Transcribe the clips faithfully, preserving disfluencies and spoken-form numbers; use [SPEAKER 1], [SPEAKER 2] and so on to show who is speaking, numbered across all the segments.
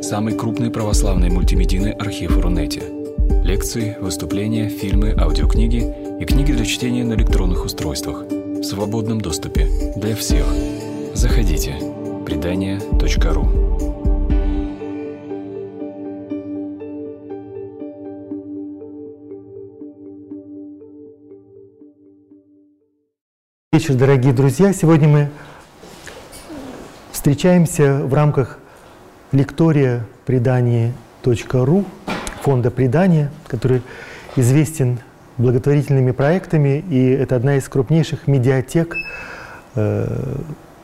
[SPEAKER 1] самый крупный православный мультимедийный архив Рунете. Лекции, выступления, фильмы, аудиокниги и книги для чтения на электронных устройствах в свободном доступе для всех. Заходите. предания точка ру.
[SPEAKER 2] Вечер, дорогие друзья. Сегодня мы встречаемся в рамках лектория предания точка ру, фонда предания, который известен благотворительными проектами, и это одна из крупнейших медиатек э,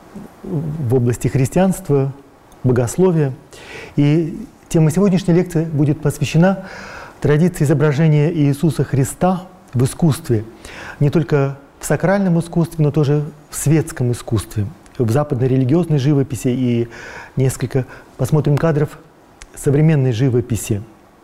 [SPEAKER 2] в области христианства, богословия. И тема сегодняшней лекции будет посвящена традиции изображения Иисуса Христа в искусстве, не только в сакральном искусстве, но тоже в светском искусстве, в западной религиозной живописи, и несколько посмотрим кадров современной живописи.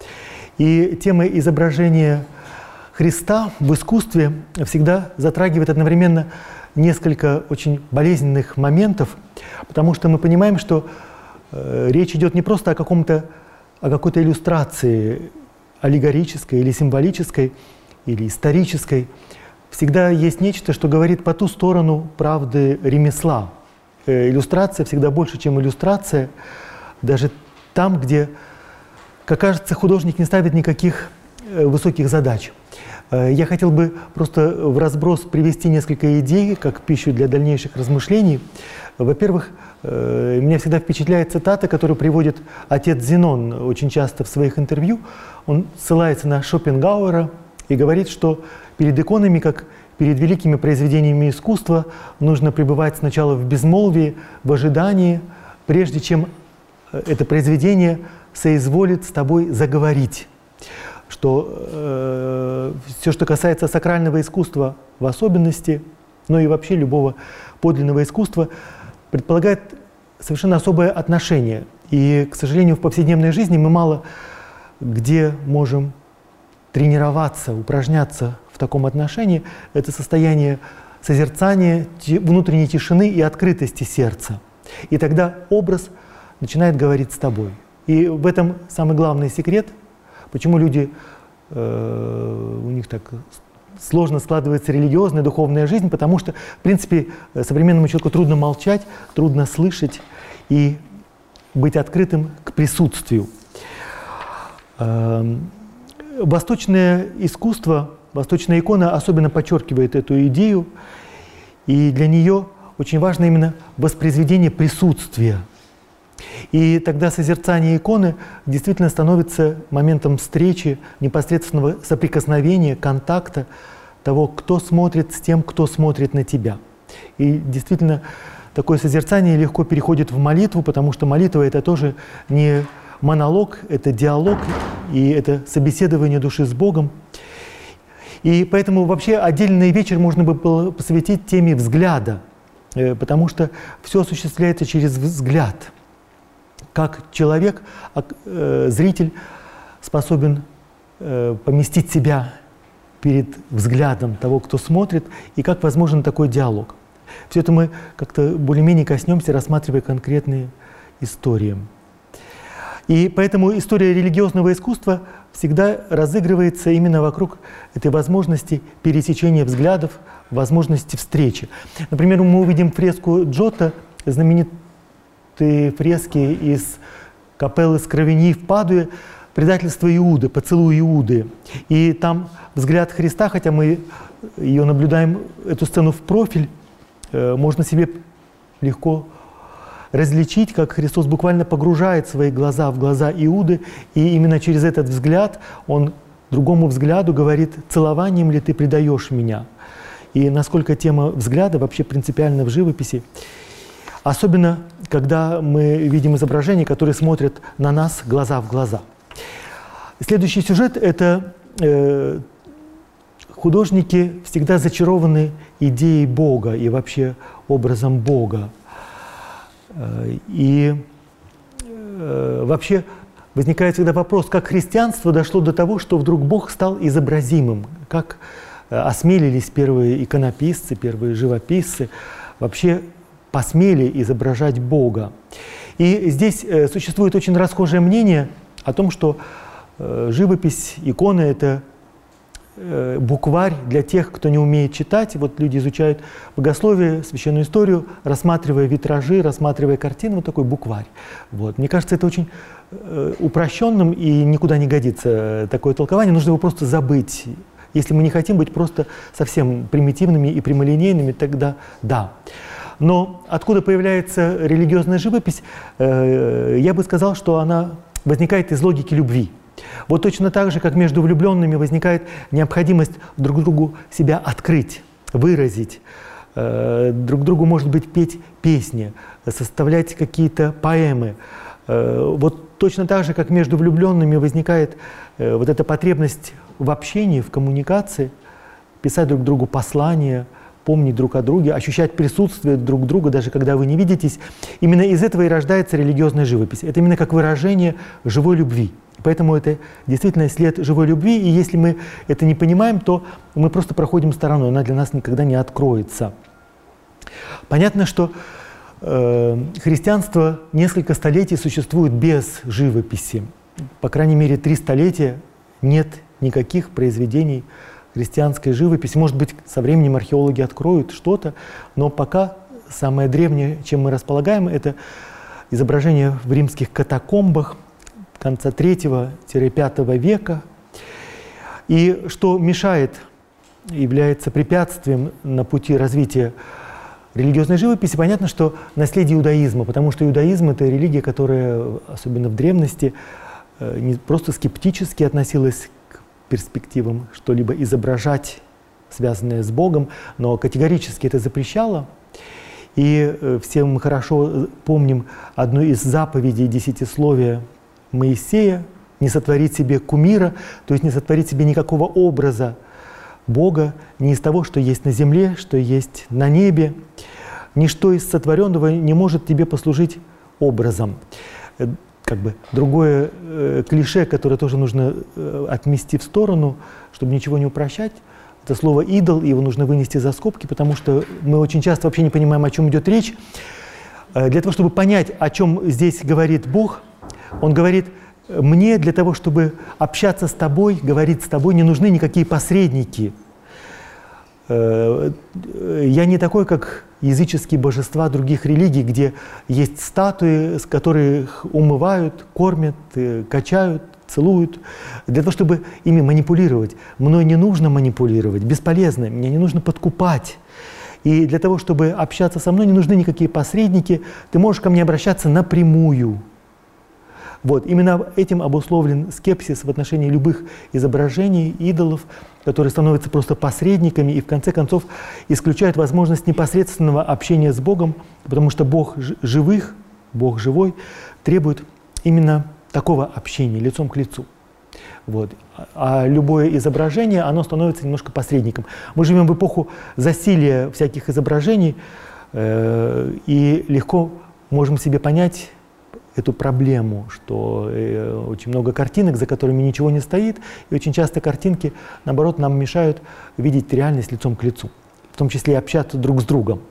[SPEAKER 2] И тема изображения Христа в искусстве всегда затрагивает одновременно несколько очень болезненных моментов, потому что мы понимаем, что э, речь идет не просто о каком-то, о какой-то иллюстрации аллегорической или символической, или исторической. Всегда есть нечто, что говорит по ту сторону правды ремесла. Э, иллюстрация всегда больше, чем иллюстрация, даже там, где, как кажется, художник не ставит никаких э, высоких задач. Я хотел бы просто в разброс привести несколько идей, как пищу для дальнейших размышлений. Во-первых, меня всегда впечатляет цитата, которую приводит отец Зенон очень часто в своих интервью. Он ссылается на Шопенгауэра и говорит, что перед иконами, как перед великими произведениями искусства, нужно пребывать сначала в безмолвии, в ожидании, прежде чем это произведение соизволит с тобой заговорить. Что э, все, что касается сакрального искусства в особенности, но и вообще любого подлинного искусства, предполагает совершенно особое отношение. И, к сожалению, в повседневной жизни мы мало где можем тренироваться, упражняться в таком отношении. Это состояние созерцания, внутренней тишины и открытости сердца. И тогда образ начинает говорить с тобой. И в этом самый главный секрет. Почему люди, э, у них так сложно складывается религиозная, духовная жизнь? Потому что, в принципе, современному человеку трудно молчать, трудно слышать и быть открытым к присутствию. Э, восточное искусство, восточная икона особенно подчеркивает эту идею, и для нее очень важно именно воспроизведение присутствия. И тогда созерцание иконы действительно становится моментом встречи, непосредственного соприкосновения, контакта того, кто смотрит с тем, кто смотрит на тебя. И действительно такое созерцание легко переходит в молитву, потому что молитва — это тоже не монолог, это диалог, и это собеседование души с Богом. И поэтому вообще отдельный вечер можно было посвятить теме взгляда, потому что все осуществляется через взгляд. Как человек, э, зритель способен э, поместить себя перед взглядом того, кто смотрит, и как возможен такой диалог. Все это мы как-то более-менее коснемся, рассматривая конкретные истории. И поэтому история религиозного искусства всегда разыгрывается именно вокруг этой возможности пересечения взглядов, возможности встречи. Например, мы увидим фреску Джотто, знаменитую фрески из капеллы Скровени в Падуе «Предательство Иуды», «Поцелуй Иуды». И там взгляд Христа, хотя мы ее наблюдаем, эту сцену в профиль, можно себе легко различить, как Христос буквально погружает свои глаза в глаза Иуды, и именно через этот взгляд он другому взгляду говорит: «Целованием ли ты предаешь меня?» И насколько тема взгляда вообще принципиальна в живописи. Особенно, когда мы видим изображения, которые смотрят на нас глаза в глаза. Следующий сюжет – это э, художники всегда зачарованы идеей Бога и вообще образом Бога. Э, и э, вообще возникает всегда вопрос, как христианство дошло до того, что вдруг Бог стал изобразимым, как осмелились первые иконописцы, первые живописцы вообще посмели изображать Бога. И здесь существует очень расхожее мнение о том, что живопись, иконы — это букварь для тех, кто не умеет читать. Вот люди изучают богословие, священную историю, рассматривая витражи, рассматривая картины, вот такой букварь. Вот. Мне кажется, это очень упрощенным и никуда не годится такое толкование. Нужно его просто забыть. Если мы не хотим быть просто совсем примитивными и прямолинейными, тогда да. Но откуда появляется религиозная живопись, я бы сказал, что она возникает из логики любви. Вот точно так же, как между влюбленными возникает необходимость друг другу себя открыть, выразить. Друг другу, может быть, петь песни, составлять какие-то поэмы. Вот точно так же, как между влюбленными возникает вот эта потребность в общении, в коммуникации, писать друг другу послания, помнить друг о друге, ощущать присутствие друг друга, даже когда вы не видитесь. Именно из этого и рождается религиозная живопись. Это именно как выражение живой любви. Поэтому это действительно след живой любви, и если мы это не понимаем, то мы просто проходим стороной, она для нас никогда не откроется. Понятно, что э, христианство несколько столетий существует без живописи. По крайней мере, три столетия нет никаких произведений христианской живописи. Может быть, со временем археологи откроют что-то, но пока самое древнее, чем мы располагаем, это изображение в римских катакомбах конца третьего-пятого века. И что мешает, является препятствием на пути развития религиозной живописи, понятно, что наследие иудаизма, потому что иудаизм — это религия, которая, особенно в древности, не просто скептически относилась к перспективам что-либо изображать, связанное с Богом, но категорически это запрещала. И все мы хорошо помним одну из заповедей десятисловия Моисея — не сотворить себе кумира, то есть не сотворить себе никакого образа Бога, ни из того, что есть на земле, что есть на небе. Ничто из сотворенного не может тебе послужить образом. Как бы другое э, клише, которое тоже нужно э, отмести в сторону, чтобы ничего не упрощать, это слово «идол», его нужно вынести за скобки, потому что мы очень часто вообще не понимаем, о чем идет речь. Э, для того, чтобы понять, о чем здесь говорит Бог, Он говорит: мне для того, чтобы общаться с тобой, говорить с тобой, не нужны никакие посредники. Я не такой, как языческие божества других религий, где есть статуи, с которых умывают, кормят, качают, целуют. Для того, чтобы ими манипулировать, мной не нужно манипулировать, бесполезно, мне не нужно подкупать. И для того, чтобы общаться со мной, не нужны никакие посредники, ты можешь ко мне обращаться напрямую. Вот. Именно этим обусловлен скепсис в отношении любых изображений, идолов, которые становятся просто посредниками и в конце концов исключают возможность непосредственного общения с Богом, потому что Бог живых, Бог живой, требует именно такого общения, лицом к лицу. Вот. А любое изображение, оно становится немножко посредником. Мы живем в эпоху засилия всяких изображений э, и легко можем себе понять эту проблему, что э, очень много картинок, за которыми ничего не стоит, и очень часто картинки, наоборот, нам мешают видеть реальность лицом к лицу, в том числе и общаться друг с другом.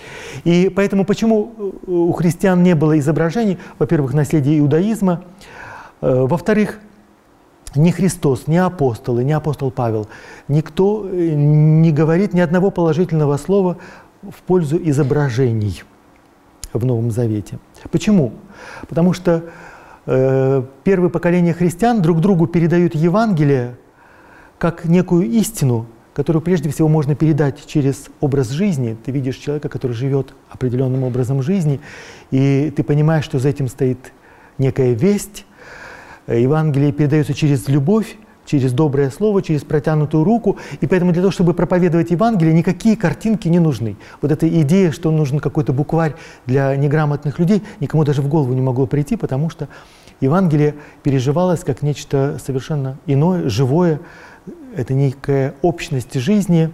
[SPEAKER 2] И поэтому почему у христиан не было изображений? Во-первых, наследие иудаизма, э, во-вторых, ни Христос, ни апостолы, ни апостол Павел, никто не говорит ни одного положительного слова в пользу изображений в Новом Завете. Почему? Потому что э, первые поколения христиан друг другу передают Евангелие как некую истину, которую прежде всего можно передать через образ жизни. Ты видишь человека, который живет определенным образом жизни, и ты понимаешь, что за этим стоит некая весть. Евангелие передается через любовь, через доброе слово, через протянутую руку. И поэтому для того, чтобы проповедовать Евангелие, никакие картинки не нужны. Вот эта идея, что нужен какой-то букварь для неграмотных людей, никому даже в голову не могло прийти, потому что Евангелие переживалось как нечто совершенно иное, живое. Это некая общность жизни.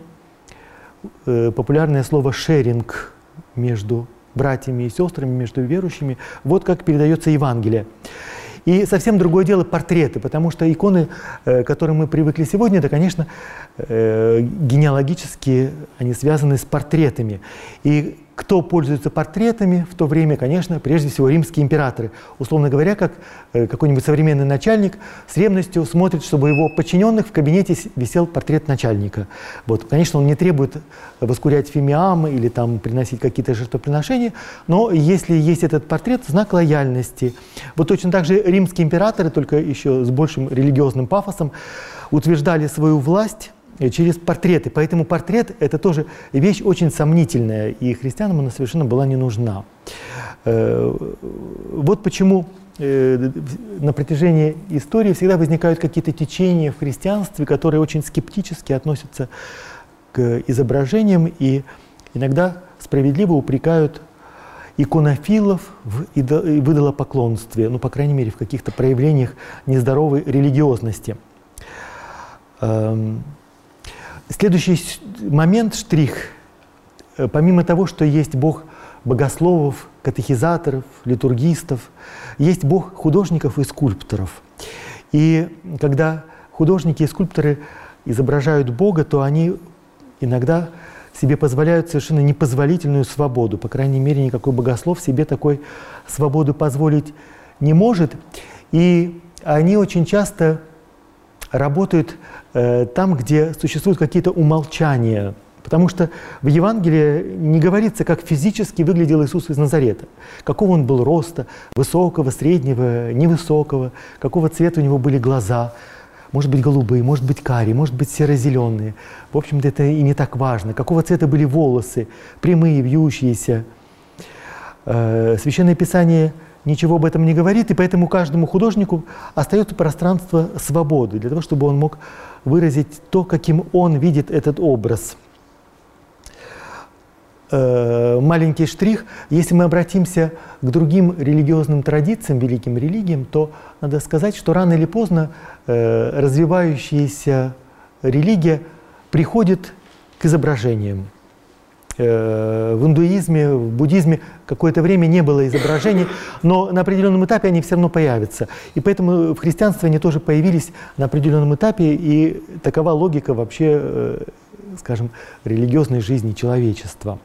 [SPEAKER 2] Популярное слово «шеринг» между братьями и сестрами, между верующими. Вот как передается Евангелие. И совсем другое дело портреты, потому что иконы, к которым мы привыкли сегодня, это, конечно, генеалогические, они связаны с портретами. И кто пользуется портретами в то время? Конечно, прежде всего римские императоры. Условно говоря, как какой-нибудь современный начальник с ревностью смотрит, чтобы у его подчиненных в кабинете висел портрет начальника. Вот. Конечно, он не требует воскурять фимиам или там приносить какие-то жертвоприношения, но если есть этот портрет, знак лояльности. Вот точно так же римские императоры, только еще с большим религиозным пафосом, утверждали свою власть через портреты. Поэтому портрет – это тоже вещь очень сомнительная, и христианам она совершенно была не нужна. Вот почему на протяжении истории всегда возникают какие-то течения в христианстве, которые очень скептически относятся к изображениям и иногда справедливо упрекают иконофилов в идолопоклонстве, ну, по крайней мере, в каких-то проявлениях нездоровой религиозности. Следующий момент, штрих. Помимо того, что есть Бог богословов, катехизаторов, литургистов, есть Бог художников и скульпторов. И когда художники и скульпторы изображают Бога, то они иногда себе позволяют совершенно непозволительную свободу. По крайней мере, никакой богослов себе такой свободу позволить не может. И они очень часто работают э, там, где существуют какие-то умолчания. Потому что в Евангелии не говорится, как физически выглядел Иисус из Назарета. Какого он был роста, высокого, среднего, невысокого, какого цвета у него были глаза. Может быть, голубые, может быть, карие, может быть, серо-зеленые. В общем-то, это и не так важно. Какого цвета были волосы, прямые, вьющиеся. Э, Священное Писание ничего об этом не говорит, и поэтому каждому художнику остается пространство свободы для того, чтобы он мог выразить то, каким он видит этот образ. Э, маленький штрих. Если мы обратимся к другим религиозным традициям, великим религиям, то надо сказать, что рано или поздно э, развивающаяся религия приходит к изображениям. В индуизме, в буддизме какое-то время не было изображений, но на определенном этапе они все равно появятся. И поэтому в христианстве они тоже появились на определенном этапе, и такова логика вообще, скажем, религиозной жизни человечества.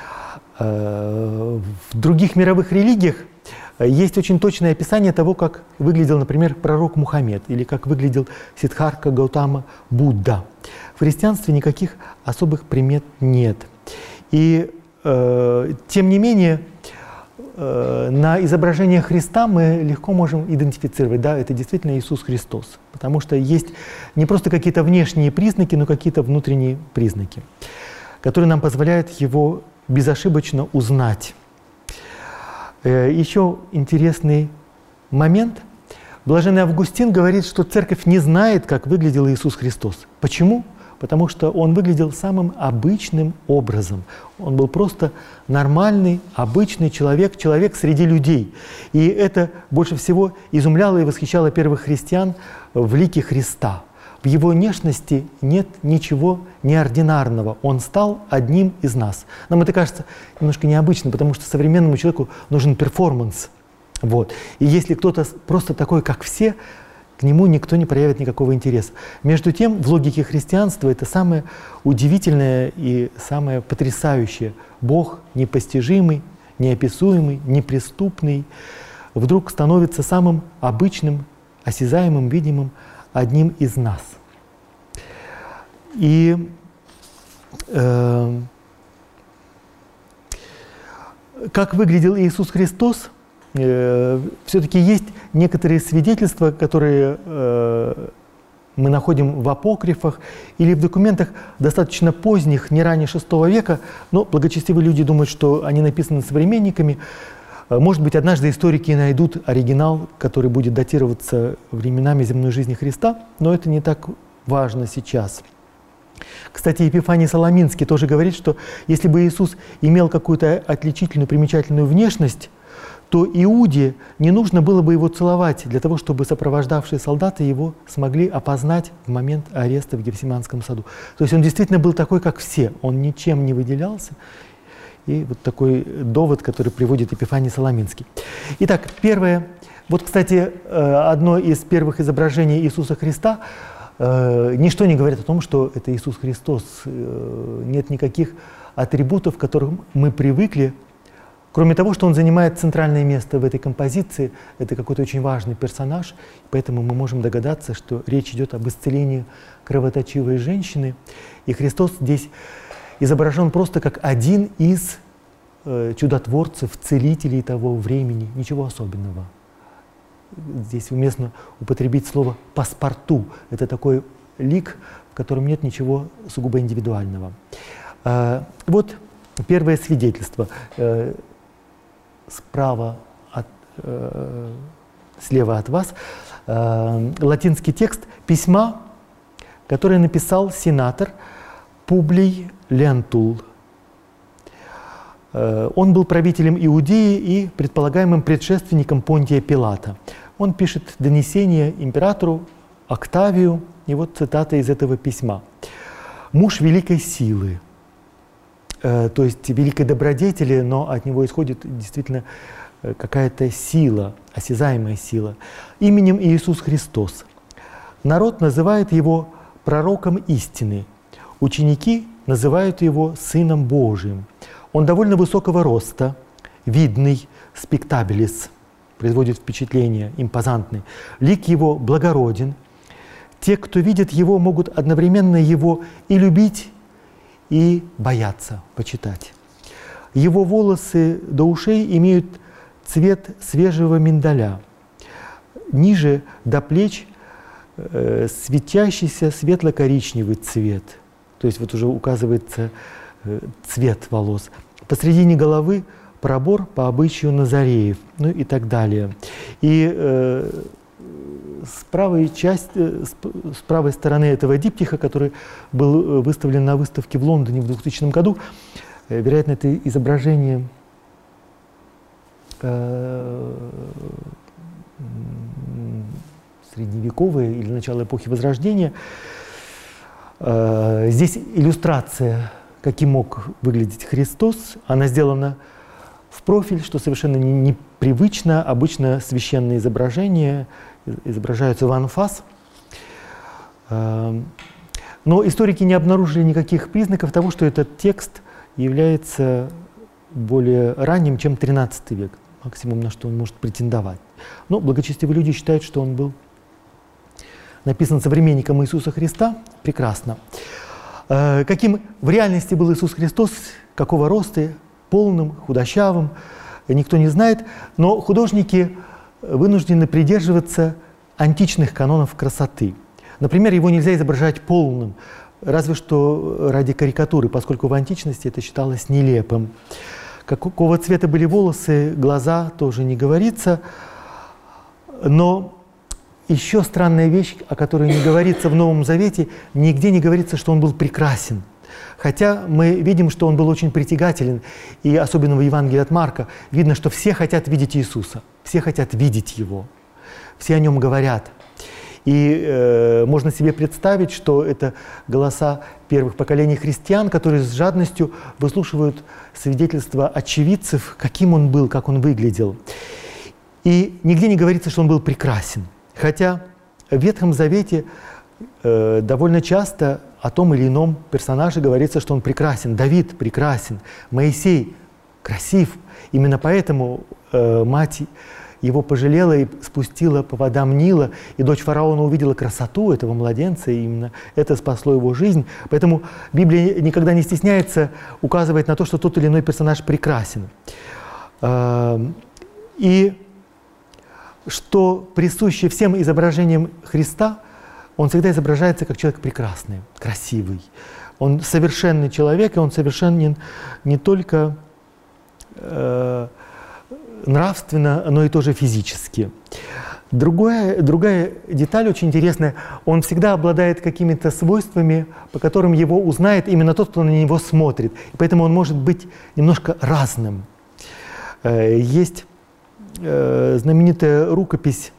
[SPEAKER 2] В других мировых религиях есть очень точное описание того, как выглядел, например, пророк Мухаммед или как выглядел Сиддхартха Гаутама Будда. В христианстве никаких особых примет нет. И э, тем не менее, э, на изображение Христа мы легко можем идентифицировать, да, это действительно Иисус Христос, потому что есть не просто какие-то внешние признаки, но какие-то внутренние признаки, которые нам позволяют его безошибочно узнать. Э, еще интересный момент. Блаженный Августин говорит, что церковь не знает, как выглядел Иисус Христос. Почему? Потому что он выглядел самым обычным образом. Он был просто нормальный, обычный человек, человек среди людей. И это больше всего изумляло и восхищало первых христиан в лике Христа. В его внешности нет ничего неординарного. Он стал одним из нас. Нам это кажется немножко необычно, потому что современному человеку нужен перформанс. Вот. И если кто-то просто такой, как все, к нему никто не проявит никакого интереса. Между тем, в логике христианства это самое удивительное и самое потрясающее. Бог непостижимый, неописуемый, неприступный вдруг становится самым обычным, осязаемым, видимым, одним из нас. И э, как выглядел Иисус Христос, все-таки есть некоторые свидетельства, которые э, мы находим в апокрифах или в документах достаточно поздних, не ранее шестого века, но благочестивые люди думают, что они написаны современниками. Может быть, однажды историки найдут оригинал, который будет датироваться временами земной жизни Христа, но это не так важно сейчас. Кстати, Епифаний Соломинский тоже говорит, что если бы Иисус имел какую-то отличительную, примечательную внешность, то Иуде не нужно было бы его целовать для того, чтобы сопровождавшие солдаты его смогли опознать в момент ареста в Гефсиманском саду. То есть он действительно был такой, как все, он ничем не выделялся. И вот такой довод, который приводит Епифаний Соломинский. Итак, первое. Вот, кстати, одно из первых изображений Иисуса Христа, ничто не говорит о том, что это Иисус Христос. Нет никаких атрибутов, к которым мы привыкли. Кроме того, что он занимает центральное место в этой композиции, это какой-то очень важный персонаж, поэтому мы можем догадаться, что речь идет об исцелении кровоточивой женщины. И Христос здесь изображен просто как один из э, чудотворцев, целителей того времени. Ничего особенного. Здесь уместно употребить слово «паспорту». Это такой лик, в котором нет ничего сугубо индивидуального. Э, вот первое свидетельство. Э, справа, от, э, слева от вас э, латинский текст письма, которое написал сенатор Публий Лентул. Э, он был правителем Иудеи и предполагаемым предшественником Понтия Пилата. Он пишет донесение императору Октавию, и вот цитата из этого письма. «Муж великой силы». То есть великой добродетели, но от него исходит действительно какая-то сила, осязаемая сила. Именем Иисус Христос. Народ называет его пророком истины. Ученики называют его Сыном Божиим. Он довольно высокого роста, видный, спектабилис, производит впечатление, импозантный. Лик его благороден. Те, кто видит его, могут одновременно его и любить, и бояться, почитать. Его волосы до ушей имеют цвет свежего миндаля. Ниже до плеч э, светящийся светло-коричневый цвет. То есть вот уже указывается э, цвет волос. Посредине головы пробор по обычаю Назареев, ну и так далее. И э, с правой, части, с правой стороны этого диптиха, который был выставлен на выставке в Лондоне в двухтысячном году, вероятно, это изображение э, средневековое или начало эпохи Возрождения. Э, здесь иллюстрация, каким мог выглядеть Христос. Она сделана в профиль, что совершенно непривычно. Обычно священные изображения изображаются в анфас. Но историки не обнаружили никаких признаков того, что этот текст является более ранним, чем тринадцатый век, максимум, на что он может претендовать. Но благочестивые люди считают, что он был написан современником Иисуса Христа. Прекрасно. Каким в реальности был Иисус Христос, какого роста, полным, худощавым, никто не знает, но художники вынуждены придерживаться античных канонов красоты. Например, его нельзя изображать полным, разве что ради карикатуры, поскольку в античности это считалось нелепым. Какого цвета были волосы, глаза, тоже не говорится. Но еще странная вещь, о которой не говорится в Новом Завете, нигде не говорится, что он был прекрасен. Хотя мы видим, что он был очень притягателен, и особенно в Евангелии от Марка видно, что все хотят видеть Иисуса, все хотят видеть Его, все о Нем говорят. И э, можно себе представить, что это голоса первых поколений христиан, которые с жадностью выслушивают свидетельства очевидцев, каким он был, как он выглядел. И нигде не говорится, что он был прекрасен. Хотя в Ветхом Завете э, довольно часто о том или ином персонаже говорится, что он прекрасен. Давид прекрасен, Моисей красив. Именно поэтому э, мать его пожалела и спустила по водам Нила, и дочь фараона увидела красоту этого младенца, и именно это спасло его жизнь. Поэтому Библия никогда не стесняется указывать на то, что тот или иной персонаж прекрасен. Э, и что присуще всем изображениям Христа, он всегда изображается как человек прекрасный, красивый. Он совершенный человек, и он совершенен не только э, нравственно, но и тоже физически. Другая, другая деталь очень интересная. Он всегда обладает какими-то свойствами, по которым его узнает именно тот, кто на него смотрит. И поэтому он может быть немножко разным. Э, есть э, знаменитая рукопись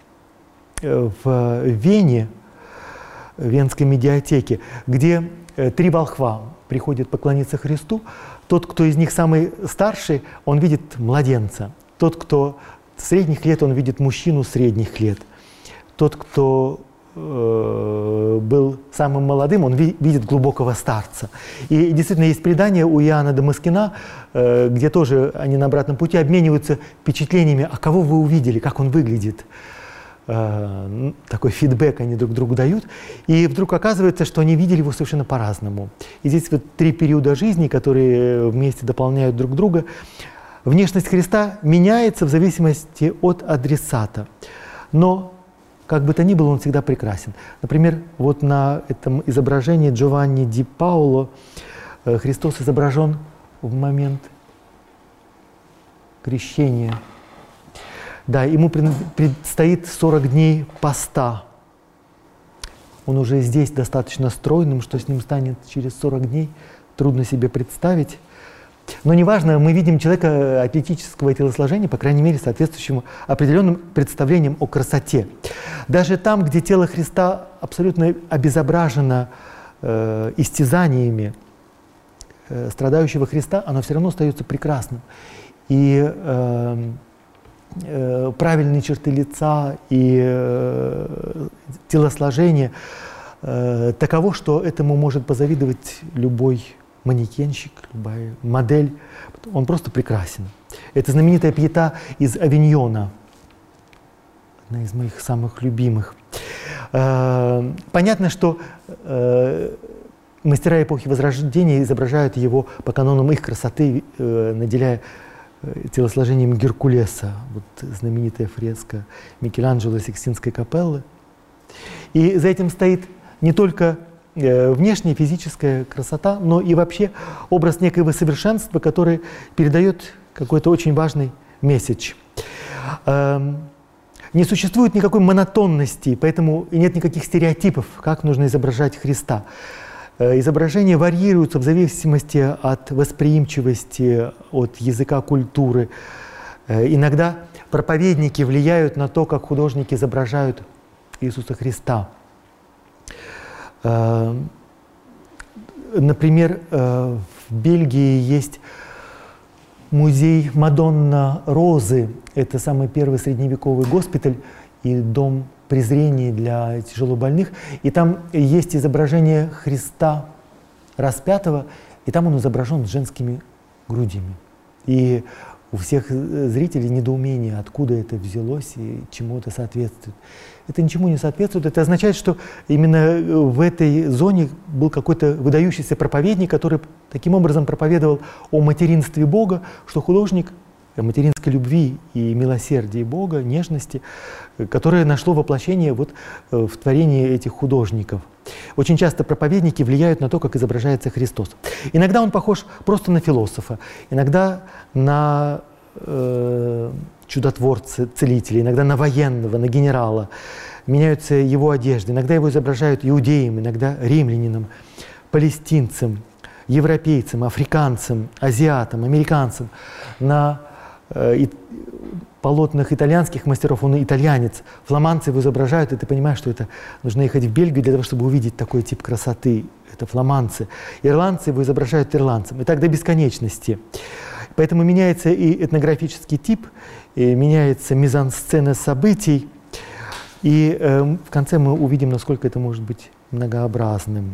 [SPEAKER 2] в Вене, в Венской медиатеке, где э, три волхва приходят поклониться Христу. Тот, кто из них самый старший, он видит младенца. Тот, кто средних лет, он видит мужчину средних лет. Тот, кто э, был самым молодым, он ви видит глубокого старца. И действительно есть предание у Иоанна Дамаскина, э, где тоже они на обратном пути обмениваются впечатлениями, а кого вы увидели, как он выглядит. Э, такой фидбэк они друг другу дают. И вдруг оказывается, что они видели его совершенно по-разному. И здесь вот три периода жизни, которые вместе дополняют друг друга. Внешность Христа меняется в зависимости от адресата. Но, как бы то ни было, он всегда прекрасен. Например, вот на этом изображении Джованни ди Пауло Христос изображен в момент крещения. Да, ему предстоит сорок дней поста. Он уже здесь достаточно стройным, что с ним станет через сорок дней, трудно себе представить. Но неважно, мы видим человека атлетического телосложения, по крайней мере, соответствующему определенным представлениям о красоте. Даже там, где тело Христа абсолютно обезображено э, истязаниями э, страдающего Христа, оно все равно остается прекрасным. И э, э, правильные черты лица и э, телосложение э, таково, что этому может позавидовать любой манекенщик, любая модель, он просто прекрасен. Это знаменитая пьета из Авиньона, одна из моих самых любимых. Понятно, что мастера эпохи Возрождения изображают его по канонам их красоты, наделяя телосложением Геркулеса, вот знаменитая фреска Микеланджело Сикстинской капеллы. И за этим стоит не только внешняя физическая красота, но и вообще образ некоего совершенства, который передает какой-то очень важный месседж. Не существует никакой монотонности, поэтому и нет никаких стереотипов, как нужно изображать Христа. Изображения варьируются в зависимости от восприимчивости, от языка культуры. Иногда проповедники влияют на то, как художники изображают Иисуса Христа. Например, в Бельгии есть музей Мадонна Розы. Это самый первый средневековый госпиталь и дом презрения для тяжелобольных. И там есть изображение Христа распятого, и там он изображен с женскими грудями. И у всех зрителей недоумение, откуда это взялось и чему это соответствует. Это ничему не соответствует. Это означает, что именно в этой зоне был какой-то выдающийся проповедник, который таким образом проповедовал о материнстве Бога, что художник о материнской любви и милосердии Бога, нежности, которое нашло воплощение вот в творении этих художников. Очень часто проповедники влияют на то, как изображается Христос. Иногда он похож просто на философа, иногда на э, чудотворца, целителя, иногда на военного, на генерала. Меняются его одежды. Иногда его изображают иудеем, иногда римлянином, палестинцем, европейцем, африканцем, азиатом, американцем. На э, и, полотнах итальянских мастеров он итальянец. Фламандцы его изображают, и ты понимаешь, что это нужно ехать в Бельгию для того, чтобы увидеть такой тип красоты. Это фламандцы. Ирландцы его изображают ирландцем. И так до бесконечности. Поэтому меняется и этнографический тип, и меняется мизансцена событий. И э, в конце мы увидим, насколько это может быть многообразным.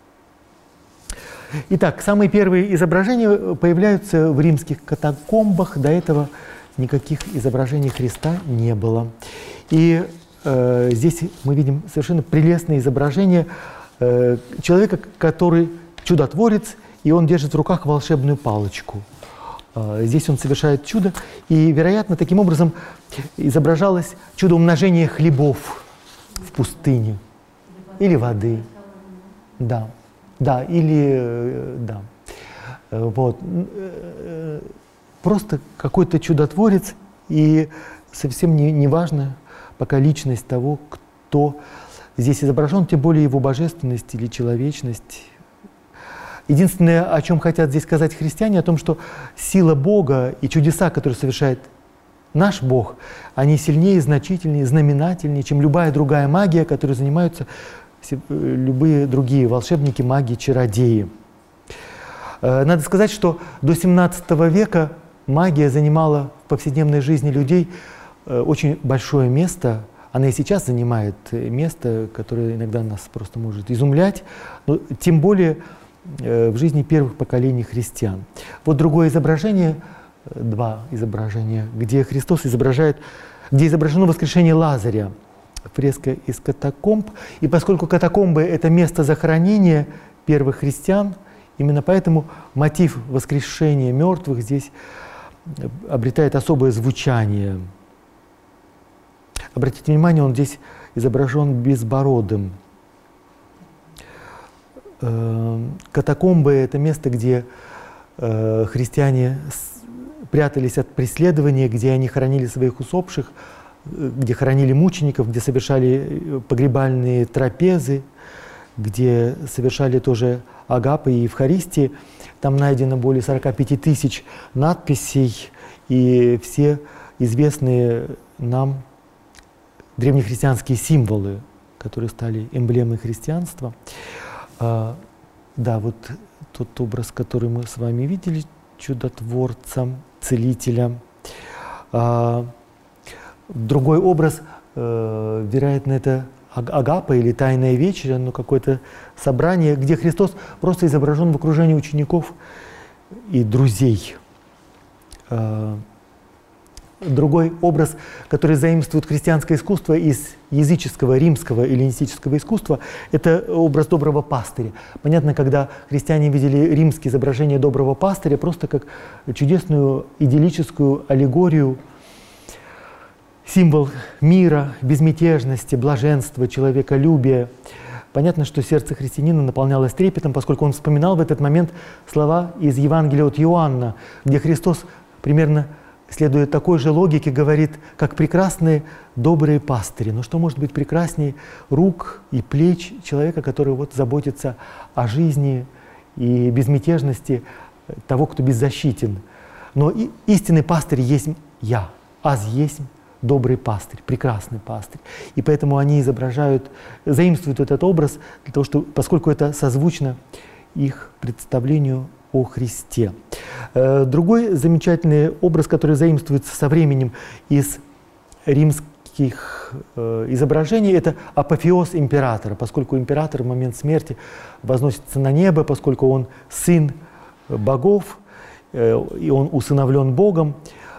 [SPEAKER 2] Итак, самые первые изображения появляются в римских катакомбах. До этого никаких изображений Христа не было. И э, здесь мы видим совершенно прелестное изображение э, человека, который чудотворец, и он держит в руках волшебную палочку. Э, здесь он совершает чудо, и, вероятно, таким образом изображалось чудо умножения хлебов в пустыне или воды. Да, да, или э, да. Э, вот. Просто какой-то чудотворец, и совсем не, не важно пока личность того, кто здесь изображен, тем более его божественность или человечность. Единственное, о чем хотят здесь сказать христиане, о том, что сила Бога и чудеса, которые совершает наш Бог, они сильнее, значительнее, знаменательнее, чем любая другая магия, которой занимаются любые другие волшебники, маги, чародеи. Надо сказать, что до семнадцатого века магия занимала в повседневной жизни людей очень большое место. она и сейчас занимает место, которое иногда нас просто может изумлять, но тем более в жизни первых поколений христиан. Вот другое изображение, два изображения, где Христос изображает, где изображено воскрешение Лазаря, фреска из катакомб. И поскольку катакомбы — это место захоронения первых христиан, именно поэтому мотив воскрешения мертвых здесь обретает особое звучание. Обратите внимание, он здесь изображен безбородым. Катакомбы — это место, где христиане прятались от преследования, где они хоронили своих усопших, где хоронили мучеников, где совершали погребальные трапезы, где совершали тоже агапы и евхаристии. Там найдено более сорока пяти тысяч надписей, и все известные нам древнехристианские символы, которые стали эмблемой христианства. А, да, вот тот образ, который мы с вами видели, чудотворца, целителя. А, другой образ, э, вероятно, это агапа или тайная вечеря, но какое-то собрание, где Христос просто изображен в окружении учеников и друзей. А, другой образ, который заимствует христианское искусство из языческого, римского, эллинистического искусства, это образ доброго пастыря. Понятно, когда христиане видели римские изображения доброго пастыря просто как чудесную идиллическую аллегорию, символ мира, безмятежности, блаженства, человеколюбия. Понятно, что сердце христианина наполнялось трепетом, поскольку он вспоминал в этот момент слова из Евангелия от Иоанна, где Христос примерно следуя такой же логике, говорит, как прекрасные добрые пастыри. Но что может быть прекраснее рук и плеч человека, который вот заботится о жизни и безмятежности того, кто беззащитен. Но и истинный пастырь есть я, аз есть добрый пастырь, прекрасный пастырь. И поэтому они изображают, заимствуют этот образ, для того, что, поскольку это созвучно их представлению о Христе. Другой замечательный образ, который заимствуется со временем из римских изображений, это апофеоз императора, поскольку император в момент смерти возносится на небо, поскольку он сын богов, и он усыновлен Богом.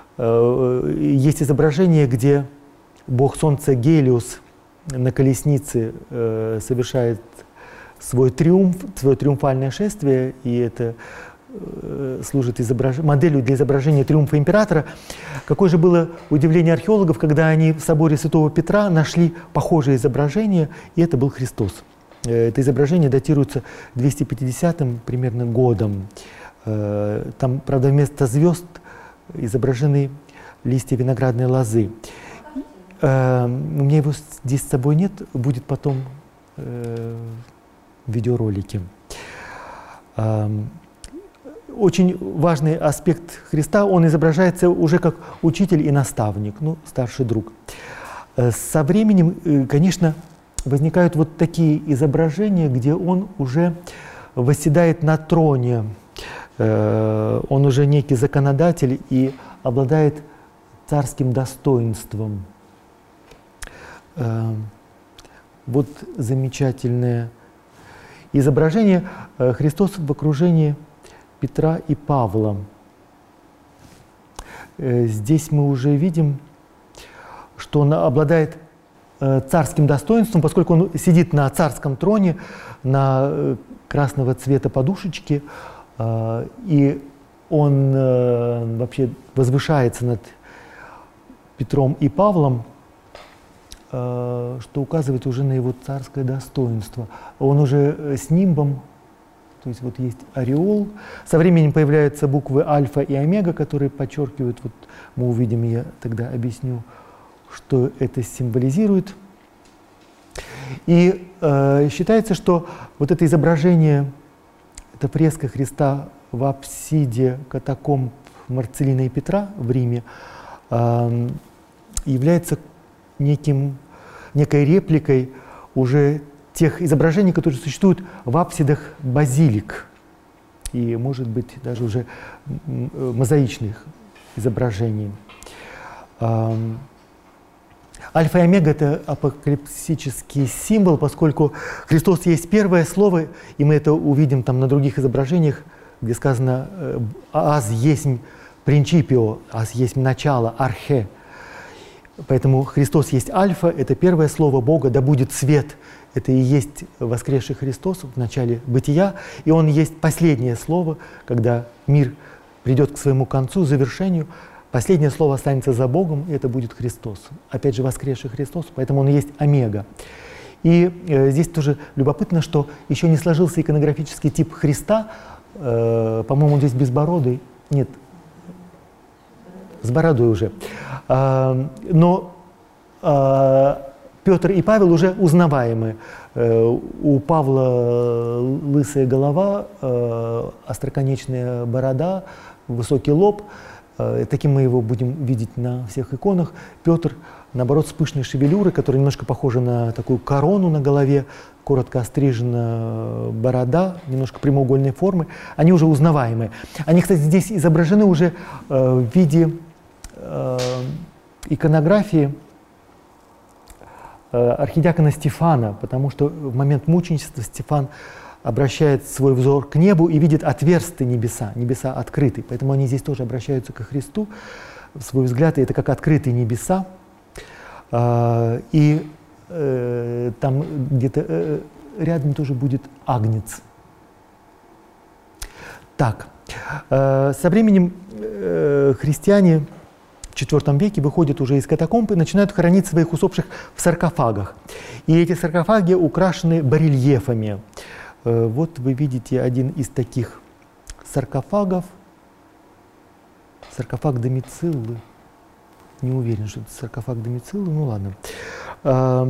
[SPEAKER 2] Есть изображение, где бог солнца Гелиос на колеснице совершает свой триумф, свое триумфальное шествие, и это служит изображ... моделью для изображения триумфа императора. Какое же было удивление археологов, когда они в соборе Святого Петра нашли похожее изображение, и это был Христос. Это изображение датируется двести пятидесятым примерно годом. Там, правда, вместо звезд изображены листья виноградной лозы. У меня его здесь с собой нет, будет потом в видеоролике. Очень важный аспект Христа, он изображается уже как учитель и наставник, ну, старший друг. Со временем, конечно, возникают вот такие изображения, где он уже восседает на троне, он уже некий законодатель и обладает царским достоинством. Вот замечательное изображение. Христос в окружении Петра и Павла. Здесь мы уже видим, что он обладает царским достоинством, поскольку он сидит на царском троне, на красного цвета подушечке, и он вообще возвышается над Петром и Павлом, что указывает уже на его царское достоинство. Он уже с нимбом, то есть вот есть ореол. Со временем появляются буквы альфа и омега, которые подчеркивают, вот мы увидим, я тогда объясню, что это символизирует. И э, считается, что вот это изображение, это фреска Христа в апсиде катакомб Марцелина и Петра в Риме, э, является неким, некой репликой уже тех изображений, которые существуют в апсидах базилик, и, может быть, даже уже мозаичных изображений. Альфа и омега – это апокалипсический символ, поскольку Христос есть первое слово, и мы это увидим там на других изображениях, где сказано «аз есть принципио», «аз есть начало», «архе». Поэтому Христос есть альфа, это первое слово Бога, да будет свет. Это и есть воскресший Христос в начале бытия, и Он есть последнее слово, когда мир придет к своему концу, завершению. Последнее слово останется за Богом, и это будет Христос. Опять же, воскресший Христос, поэтому Он есть омега. И э, здесь тоже любопытно, что еще не сложился иконографический тип Христа. Э, по-моему, он здесь безбородый. Нет, с бородой уже. Э, но э, Петр и Павел уже узнаваемы. Э, у Павла лысая голова, э, остроконечная борода, высокий лоб. Э, таким мы его будем видеть на всех иконах. Петр, наоборот, с пышной шевелюрой, которая немножко похожа на такую корону на голове, коротко острижена борода, немножко прямоугольной формы. Они уже узнаваемые. Они, кстати, здесь изображены уже э, в виде э, иконографии э, архидиакона Стефана, потому что в момент мученичества Стефан обращает свой взор к небу и видит отверстые небеса, небеса открыты. Поэтому они здесь тоже обращаются ко Христу, в свой взгляд, и это как открытые небеса. Э, и э, там где-то э, рядом тоже будет агнец. Так, э, со временем э, христиане в четвёртом веке выходят уже из катакомб и начинают хоронить своих усопших в саркофагах. И эти саркофаги украшены барельефами. Э, вот вы видите один из таких саркофагов. Саркофаг Домициллы. Не уверен, что это саркофаг Домициллы, ну ладно. Э,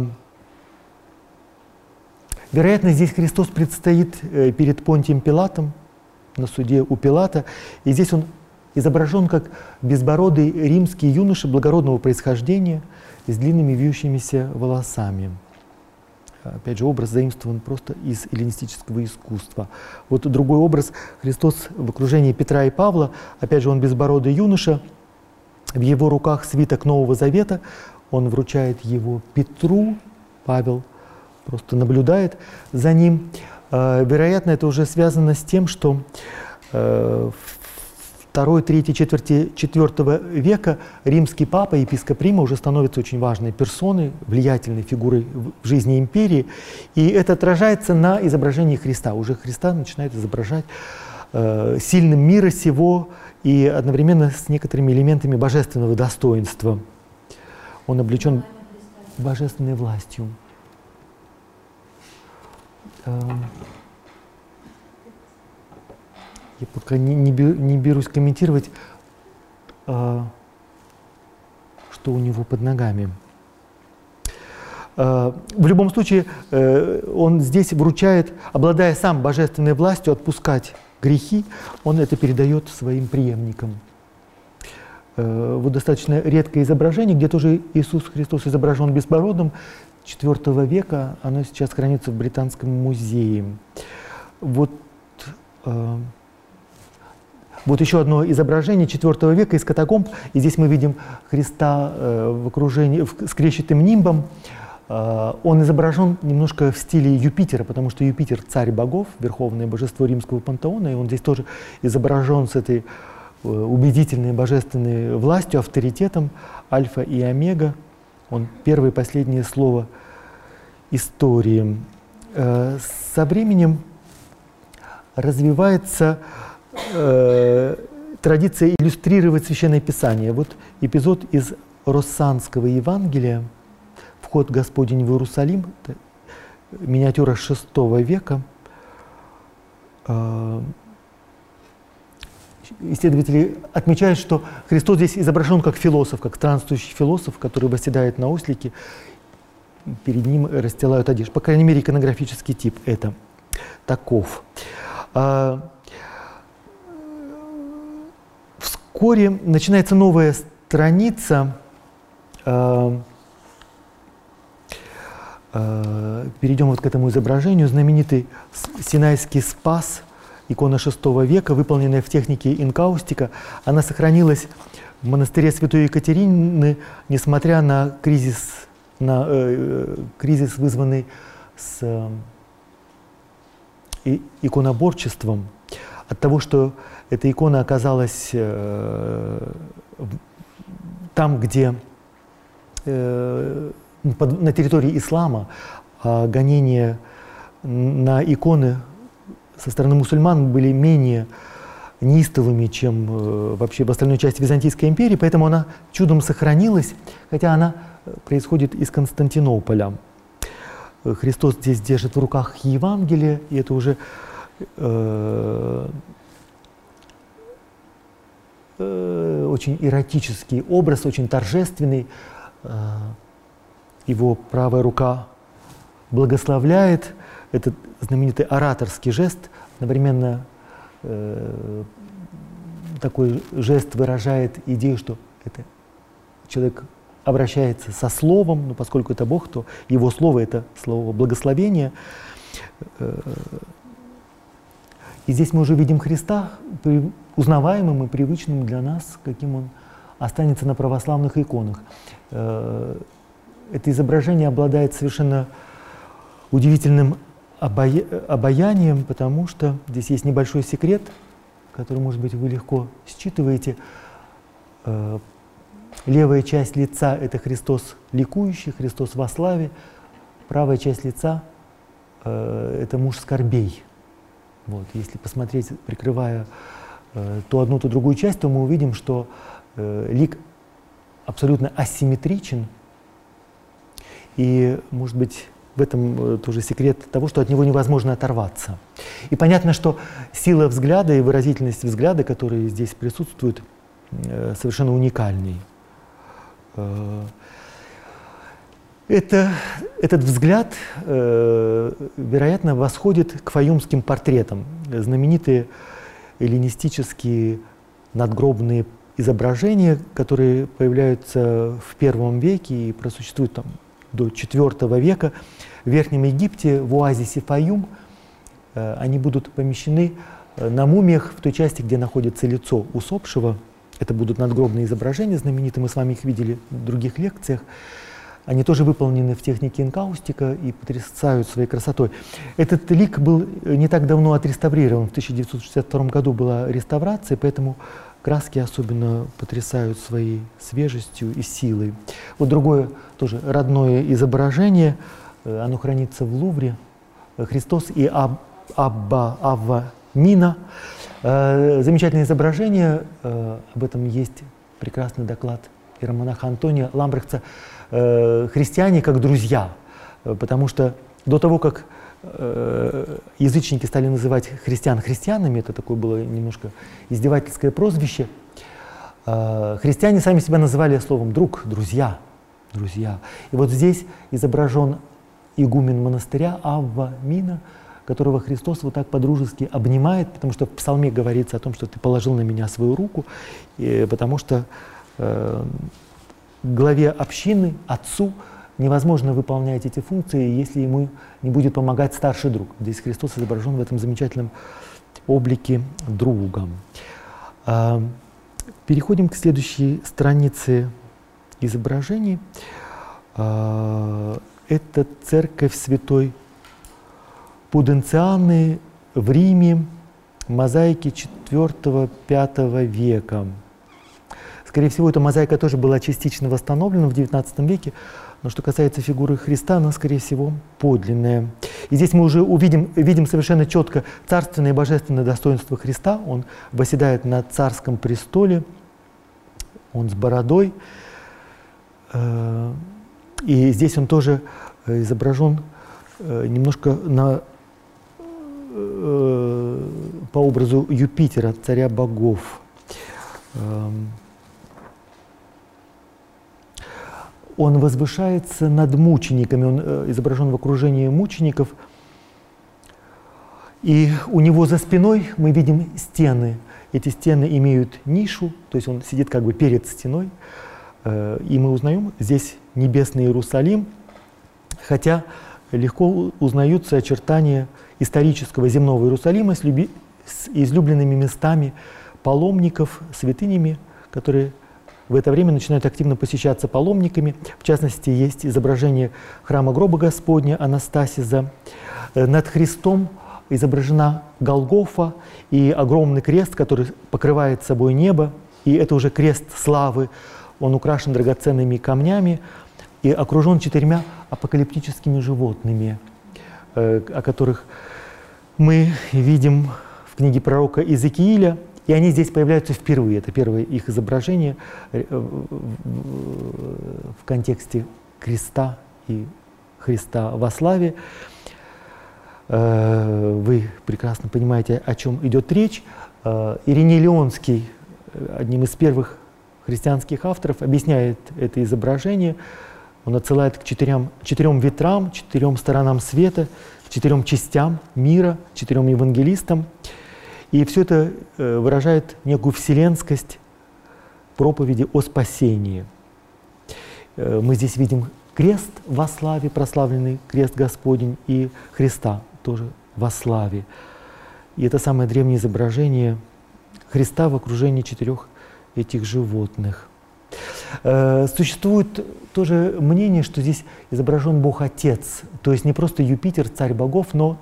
[SPEAKER 2] вероятно, здесь Христос предстоит э, перед Понтием Пилатом, на суде у Пилата, и здесь он изображен как безбородый римский юноша благородного происхождения с длинными вьющимися волосами. Опять же, образ заимствован просто из эллинистического искусства. Вот другой образ — Христос в окружении Петра и Павла. Опять же, он безбородый юноша, в его руках свиток Нового Завета, он вручает его Петру, Павел просто наблюдает за ним. Вероятно, это уже связано с тем, что в второй, третьей четверти четвёртого века римский папа, епископ Рима, уже становится очень важной персоной, влиятельной фигурой в жизни империи. И это отражается на изображении Христа. Уже Христа начинает изображать э, сильным мира сего и одновременно с некоторыми элементами божественного достоинства. Он облечен божественной властью. Я пока не, не, не берусь комментировать, а, что у него под ногами. А, в любом случае, а, он здесь вручает, обладая сам божественной властью отпускать грехи, он это передает своим преемникам. А, вот достаточно редкое изображение, где тоже Иисус Христос изображен безбородым, четвёртого века, оно сейчас хранится в Британском музее. Вот, э, вот еще одно изображение четвёртого века из катакомб, и здесь мы видим Христа э, в окружении, в, с крещатым нимбом. Э, он изображен немножко в стиле Юпитера, потому что Юпитер — царь богов, верховное божество римского пантеона, и он здесь тоже изображен с этой э, убедительной божественной властью, авторитетом, альфа и омега. Он первое и последнее слово истории. Со временем развивается э, традиция иллюстрировать Священное Писание. Вот эпизод из Россанского Евангелия, «Вход Господень в Иерусалим», миниатюра шестого века. Э, Исследователи отмечают, что Христос здесь изображен как философ, как странствующий философ, который восседает на ослике, перед ним расстилают одежду. По крайней мере, иконографический тип это таков. А, вскоре начинается новая страница. А, а, перейдем вот к этому изображению. Знаменитый Синайский спас, икона шестого века, выполненная в технике инкаустика. Она сохранилась в монастыре Святой Екатерины, несмотря на кризис на э, кризис, вызванный с э, иконоборчеством, от того, что эта икона оказалась э, там, где э, под, на территории ислама, а гонения на иконы со стороны мусульман были менее неистовыми, чем э, вообще в остальной части Византийской империи, поэтому она чудом сохранилась, хотя она происходит из Константинополя. Христос здесь держит в руках Евангелие, и это уже э, э, очень эротический образ, очень торжественный. Э, его правая рука благословляет. Этот знаменитый ораторский жест, одновременно э, такой жест выражает идею, что это человек обращается со словом, но поскольку это Бог, то его слово — это слово благословения. И здесь мы уже видим Христа узнаваемым и привычным для нас, каким он останется на православных иконах. Это изображение обладает совершенно удивительным обая... обаянием, потому что здесь есть небольшой секрет, который, может быть, вы легко считываете. Левая часть лица — это Христос ликующий, Христос во славе. Правая часть лица э, — это муж скорбей. Вот. Если посмотреть, прикрывая э, то одну, то другую часть, то мы увидим, что э, лик абсолютно асимметричен. И, может быть, в этом э, тоже секрет того, что от него невозможно оторваться. И понятно, что сила взгляда и выразительность взгляда, которые здесь присутствуют, э, совершенно уникальные. Это, этот взгляд, э, вероятно, восходит к фаюмским портретам. Знаменитые эллинистические надгробные изображения, которые появляются в первом веке и просуществуют там до четвёртого века в Верхнем Египте, в оазисе Фаюм. Э, они будут помещены на мумиях в той части, где находится лицо усопшего. Это будут надгробные изображения знаменитые, мы с вами их видели в других лекциях. Они тоже выполнены в технике энкаустика и потрясают своей красотой. Этот лик был не так давно отреставрирован. В тысяча девятьсот шестьдесят втором году была реставрация, поэтому краски особенно потрясают своей свежестью и силой. Вот другое тоже родное изображение. Оно хранится в Лувре. Христос и Аб, Абба Авва Мина. Замечательное изображение, об этом есть прекрасный доклад иеромонаха Антония Ламбрехтса. Христиане как друзья, потому что до того, как язычники стали называть христиан христианами, это такое было немножко издевательское прозвище, христиане сами себя называли словом «друг», «друзья», «друзья». И вот здесь изображен игумен монастыря Авва Мина, которого Христос вот так по-дружески обнимает, потому что в псалме говорится о том, что ты положил на меня свою руку, и потому что э, главе общины, отцу, невозможно выполнять эти функции, если ему не будет помогать старший друг. Здесь Христос изображен в этом замечательном облике друга. Э, переходим к следующей странице изображений. Э, это церковь Святой Пуденцианы в Риме, мозаики четвёртого-пятого века. Скорее всего, эта мозаика тоже была частично восстановлена в девятнадцатом веке, но что касается фигуры Христа, она, скорее всего, подлинная. И здесь мы уже увидим, видим совершенно четко царственное и божественное достоинство Христа. Он восседает на царском престоле, он с бородой. И здесь он тоже изображен немножко на по образу Юпитера, царя богов. Он возвышается над мучениками, он изображен в окружении мучеников. И у него за спиной мы видим стены. Эти стены имеют нишу, то есть он сидит как бы перед стеной. И мы узнаем здесь небесный Иерусалим, хотя легко узнаются очертания исторического земного Иерусалима с, с излюбленными местами паломников, святынями, которые в это время начинают активно посещаться паломниками. В частности, есть изображение храма гроба Господня, Анастасиза. Над Христом изображена Голгофа и огромный крест, который покрывает собой небо. И это уже крест славы. Он украшен драгоценными камнями и окружен четырьмя апокалиптическими животными, о которых мы видим в книге пророка Иезекииля. И они здесь появляются впервые. Это первое их изображение в контексте креста и Христа во славе. Вы прекрасно понимаете, о чем идет речь. Ириней Леонский, одним из первых христианских авторов, объясняет это изображение. Он отсылает к четырем, четырем ветрам, четырем сторонам света, четырем частям мира, четырем евангелистам. И все это выражает некую вселенскость проповеди о спасении. Мы здесь видим крест во славе, прославленный крест Господень, и Христа тоже во славе. И это самое древнее изображение Христа в окружении четырех этих животных. Существует тоже мнение, что здесь изображен Бог Отец, то есть не просто Юпитер, царь богов, но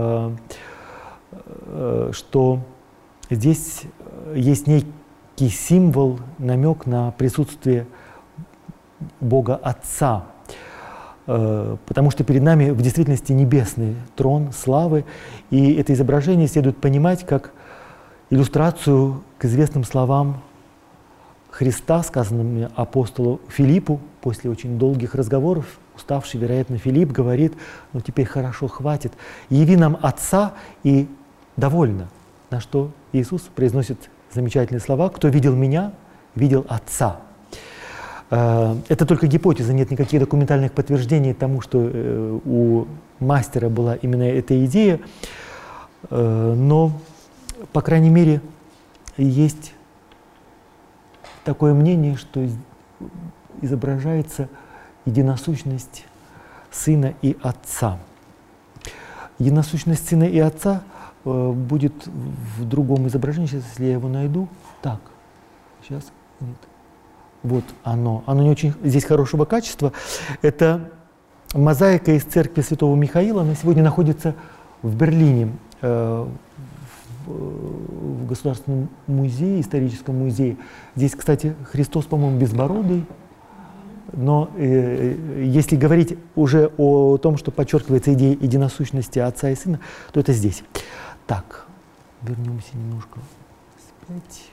[SPEAKER 2] что здесь есть некий символ, намек на присутствие Бога Отца, потому что перед нами в действительности небесный трон славы, и это изображение следует понимать как иллюстрацию к известным словам Христа, сказанным апостолу Филиппу после очень долгих разговоров. Уставший, вероятно, Филипп говорит: ну теперь хорошо, хватит, яви нам Отца и довольно. На что Иисус произносит замечательные слова: кто видел меня, видел Отца. Это только гипотеза, нет никаких документальных подтверждений тому, что у мастера была именно эта идея, но, по крайней мере, есть такое мнение, что изображается единосущность Сына и Отца. Единосущность Сына и Отца э, будет в другом изображении. Сейчас, если я его найду. Так, сейчас, нет. Вот оно. Оно не очень здесь хорошего качества. Это мозаика из церкви Святого Михаила. Она сегодня находится в Берлине, э, в, в Государственном музее, историческом музее. Здесь, кстати, Христос, по-моему, безбородый. Но э, если говорить уже о том, что подчеркивается идея единосущности Отца и Сына, то это здесь. Так, вернемся немножко вспять.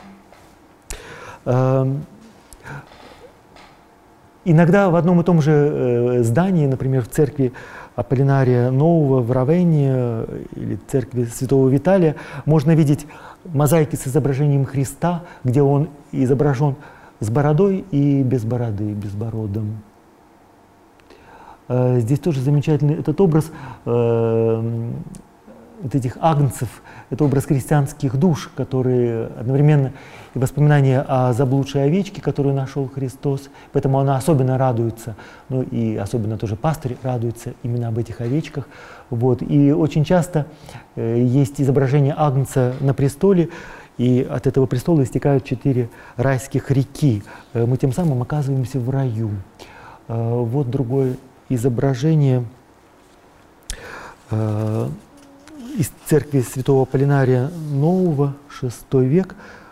[SPEAKER 2] Э, иногда в одном и том же э, здании, например, в церкви Аполлинария Нового в Равенне или церкви Святого Виталия, можно видеть мозаики с изображением Христа, где он изображен с бородой и без бороды, безбородым. Здесь тоже замечательный этот образ э, вот этих агнцев, это образ христианских душ, которые одновременно и воспоминания о заблудшей овечке, которую нашел Христос, поэтому она особенно радуется, ну и особенно тоже пастырь радуется именно об этих овечках. Вот. И очень часто э, есть изображение агнца на престоле, и от этого престола истекают четыре райских реки. Мы тем самым оказываемся в раю. Вот другое изображение из церкви Святого Аполлинария Нового, шестой век.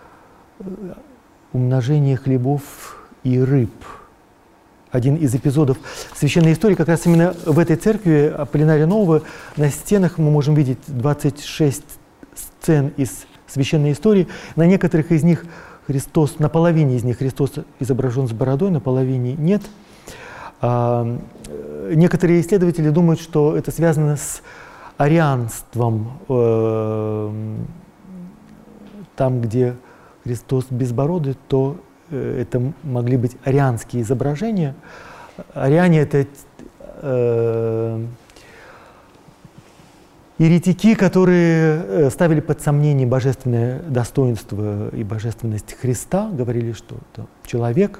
[SPEAKER 2] Умножение хлебов и рыб. Один из эпизодов священной истории, как раз именно в этой церкви Аполлинария Нового на стенах мы можем видеть двадцать шесть сцен из священной истории. На некоторых из них Христос, на половине из них Христос изображен с бородой, на половине нет. А, некоторые исследователи думают, что это связано с арианством. Э, там, где Христос безбородый, то э, это могли быть арианские изображения. Ариане — это э, еретики, которые ставили под сомнение божественное достоинство и божественность Христа, говорили, что это человек.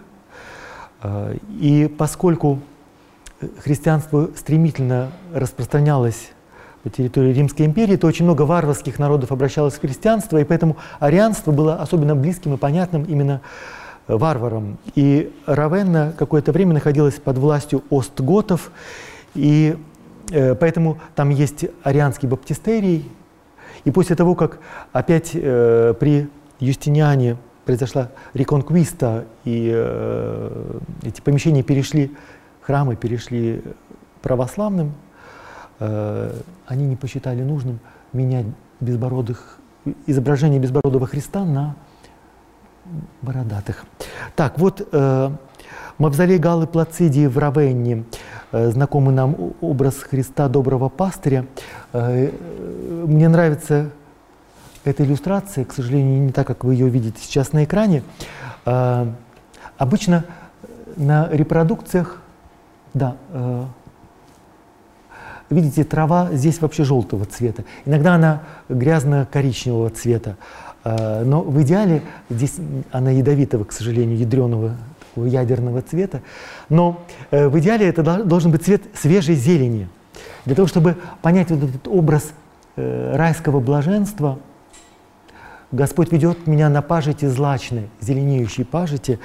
[SPEAKER 2] И поскольку христианство стремительно распространялось по территории Римской империи, то очень много варварских народов обращалось в христианство, и поэтому арианство было особенно близким и понятным именно варварам. И Равенна какое-то время находилась под властью остготов, и э, поэтому там есть арианский баптистерий. И после того, как опять э, при Юстиниане произошла реконквиста, и э, эти помещения перешли, храмы перешли православным, э, они не посчитали нужным менять безбородых, изображение безбородого Христа на бородатых. Так, вот э, мавзолей Галлы Плацидии в Равенне, э, знакомый нам образ Христа доброго пастыря. Э, э, мне нравится эта иллюстрация, к сожалению, не так, как вы ее видите сейчас на экране. Э, обычно на репродукциях, да, э, видите, трава здесь вообще желтого цвета. Иногда она грязно-коричневого цвета. Но в идеале здесь она ядовитого, к сожалению, ядреного ядерного цвета. Но в идеале это должен быть цвет свежей зелени. Для того, чтобы понять вот этот образ райского блаженства, Господь ведет меня на пажити злачной, зеленеющей пажити.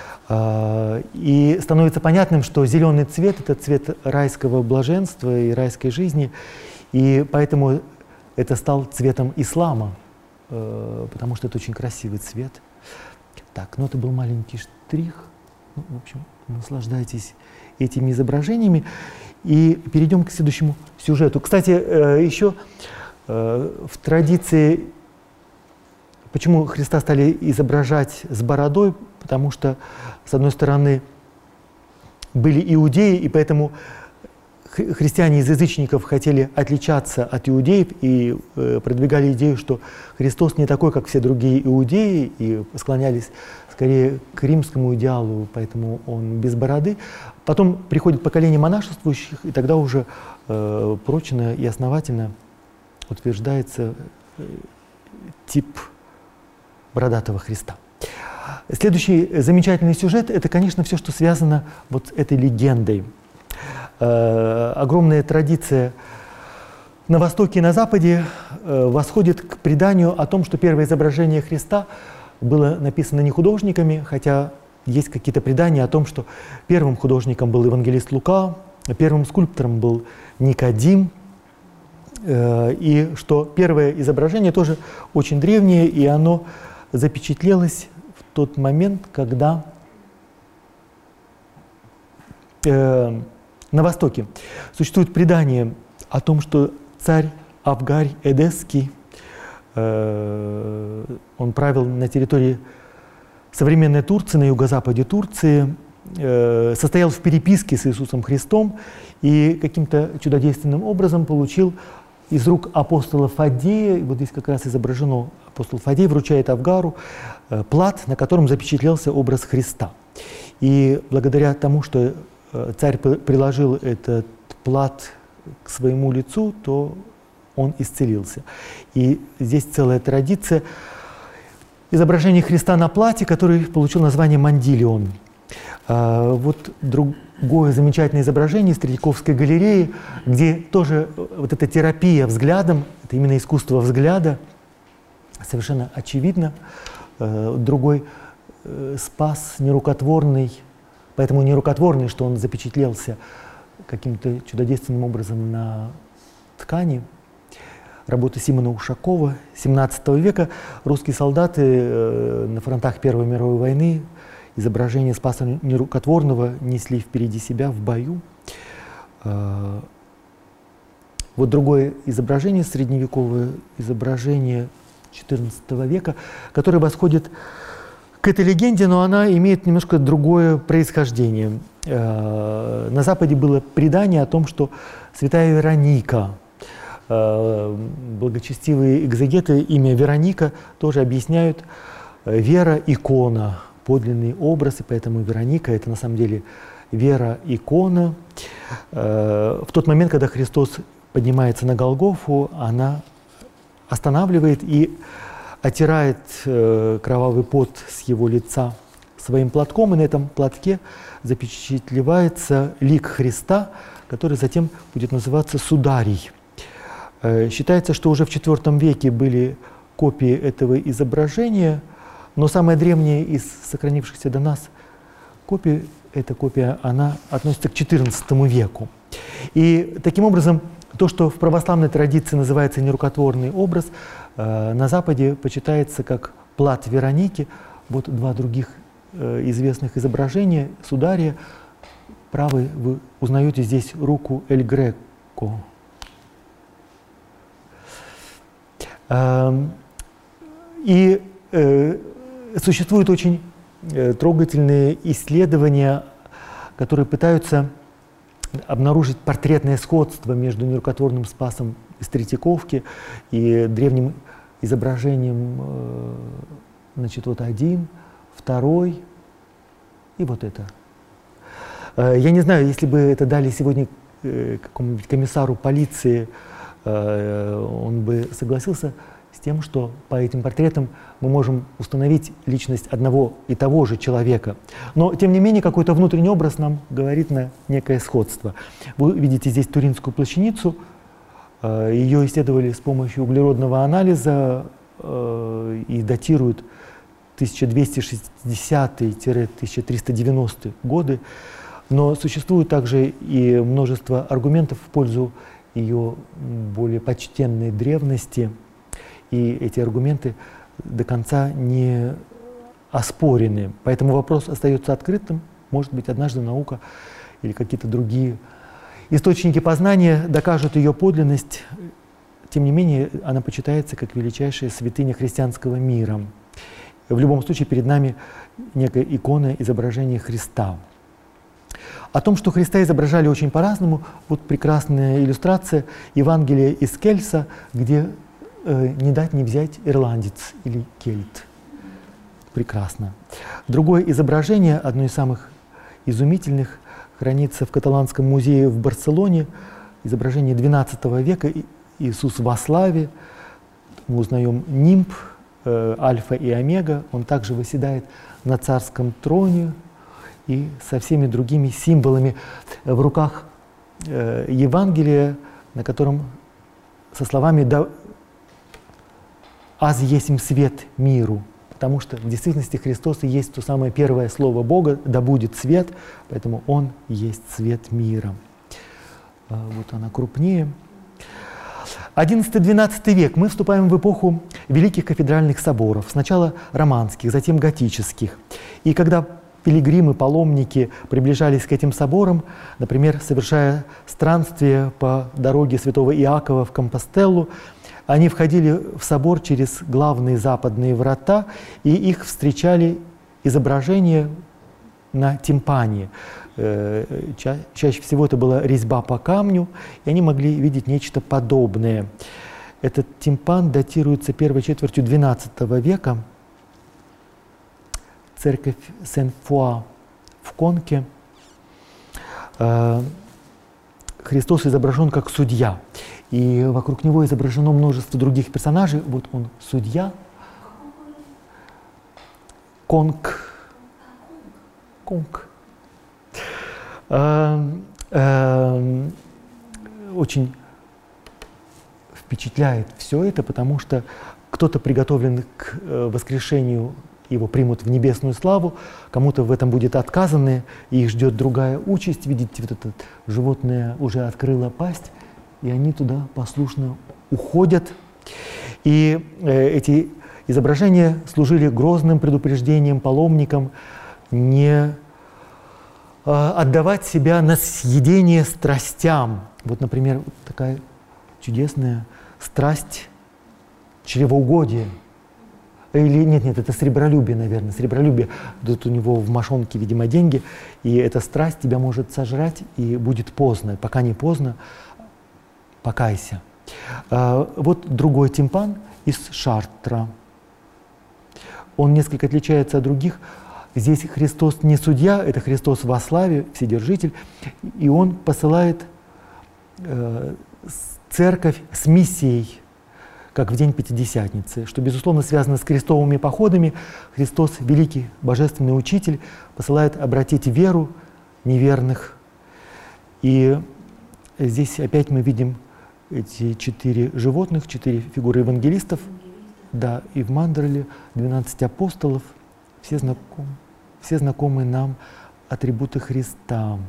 [SPEAKER 2] И становится понятным, что зеленый цвет – это цвет райского блаженства и райской жизни. И поэтому это стал цветом ислама, потому что это очень красивый цвет. Так, ну это был маленький штрих. Ну, в общем, наслаждайтесь этими изображениями. И перейдем к следующему сюжету. Кстати, еще в традиции, почему Христа стали изображать с бородой, потому что, с одной стороны, были иудеи, и поэтому христиане из язычников хотели отличаться от иудеев и э, продвигали идею, что Христос не такой, как все другие иудеи, и склонялись скорее к римскому идеалу, поэтому он без бороды. Потом приходит поколение монашествующих, и тогда уже э, прочно и основательно утверждается э, тип бородатого Христа. Следующий замечательный сюжет – это, конечно, все, что связано вот с этой легендой. Э, огромная традиция на Востоке и на Западе э, восходит к преданию о том, что первое изображение Христа было написано не художниками, хотя есть какие-то предания о том, что первым художником был евангелист Лука, первым скульптором был Никодим, э, и что первое изображение тоже очень древнее, и оно запечатлелось в тот момент, когда э, на Востоке существует предание о том, что царь Авгарь Эдесский, э, он правил на территории современной Турции, на юго-западе Турции, э, состоял в переписке с Иисусом Христом и каким-то чудодейственным образом получил из рук апостола Фаддея, вот здесь как раз изображено, апостол Фаддей вручает Авгару э, плат, на котором запечатлелся образ Христа. И благодаря тому, что э, царь приложил этот плат к своему лицу, то он исцелился. И здесь целая традиция изображения Христа на плате, который получил название мандилион. Э, вот друг Другое замечательное изображение из Третьяковской галереи, где тоже вот эта терапия взглядом, это именно искусство взгляда, совершенно очевидно. Другой спас нерукотворный, поэтому нерукотворный, что он запечатлелся каким-то чудодейственным образом на ткани. Работа Симона Ушакова семнадцатого века. Русские солдаты на фронтах Первой мировой войны изображение Спаса Нерукотворного несли впереди себя в бою. Вот другое изображение, средневековое изображение четырнадцатого века, которое восходит к этой легенде, но она имеет немножко другое происхождение. На Западе было предание о том, что святая Вероника, благочестивые экзегеты имя Вероника тоже объясняют вера икона, подлинный образ, и поэтому Вероника – это на самом деле вера-икона. В тот момент, когда Христос поднимается на Голгофу, она останавливает и оттирает кровавый пот с его лица своим платком, и на этом платке запечатлевается лик Христа, который затем будет называться сударий. Считается, что уже в четвёртом веке были копии этого изображения, Но самая древняя из сохранившихся до нас копий, эта копия, она относится к четырнадцатому веку. И таким образом, то, что в православной традиции называется нерукотворный образ, э, на Западе почитается как плат Вероники. Вот два других э, известных изображения Судария. Правый вы узнаете здесь руку Эль Греко. Э, и э, существуют очень э, трогательные исследования, которые пытаются обнаружить портретное сходство между нерукотворным Спасом из Третьяковки и древним изображением, э, значит, вот один, второй и вот это. Э, я не знаю, если бы это дали сегодня э, какому-нибудь комиссару полиции, э, он бы согласился с тем, что по этим портретам мы можем установить личность одного и того же человека. Но, тем не менее, какой-то внутренний образ нам говорит на некое сходство. Вы видите здесь Туринскую плащаницу. Ее исследовали с помощью углеродного анализа и датируют тысяча двести шестидесятые — тысяча триста девяностые годы. Но существует также и множество аргументов в пользу ее более почтенной древности. И эти аргументы до конца не оспорены. Поэтому вопрос остается открытым. Может быть, однажды наука или какие-то другие источники познания докажут ее подлинность. Тем не менее, она почитается как величайшая святыня христианского мира. В любом случае, перед нами некая икона изображения Христа. О том, что Христа изображали очень по-разному, вот прекрасная иллюстрация Евангелия из Кельса, где не дать не взять ирландец или кельт. Прекрасно. Другое изображение, одно из самых изумительных, хранится в Каталанском музее в Барселоне. Изображение двенадцатого века, Иисус во славе. Мы узнаем нимб, э, альфа и омега. Он также восседает на царском троне и со всеми другими символами в руках э, Евангелия, на котором со словами «Да аз есмь свет миру», потому что в действительности Христос и есть то самое первое слово Бога, да будет свет, поэтому Он есть свет мира. Вот она крупнее. одиннадцатый-двенадцатый век. Мы вступаем в эпоху великих кафедральных соборов, сначала романских, затем готических. И когда пилигримы, паломники приближались к этим соборам, например, совершая странствие по дороге святого Иакова в Компостеллу, они входили в собор через главные западные врата, и их встречали изображения на тимпане. Ча- чаще всего это была резьба по камню, и они могли видеть нечто подобное. Этот тимпан датируется первой четвертью двенадцатого века. Церковь Сен-Фуа в Конке. Христос изображен как судья. И вокруг него изображено множество других персонажей. Вот он судья. Конг. Конг. Э, э, очень впечатляет все это, потому что кто-то приготовлен к воскрешению, его примут в небесную славу, кому-то в этом будет отказано, и их ждет другая участь. Видите, вот это животное уже открыло пасть, и они туда послушно уходят. И э, эти изображения служили грозным предупреждением паломникам не э, отдавать себя на съедение страстям. Вот, например, вот такая чудесная страсть чревоугодия. Или нет, нет, это сребролюбие, наверное, сребролюбие. Тут у него в мошонке, видимо, деньги, и эта страсть тебя может сожрать, и будет поздно. Пока не поздно, покайся. А, вот другой тимпан из Шартра. Он несколько отличается от других. Здесь Христос не судья, это Христос во славе, Вседержитель, и Он посылает э, церковь с миссией, как в день Пятидесятницы, что, безусловно, связано с крестовыми походами. Христос, великий божественный учитель, посылает обратить веру неверных. И здесь опять мы видим эти четыре животных, четыре фигуры евангелистов. да, и в мандале двенадцать апостолов, все, знаком, все знакомые нам атрибуты Христа.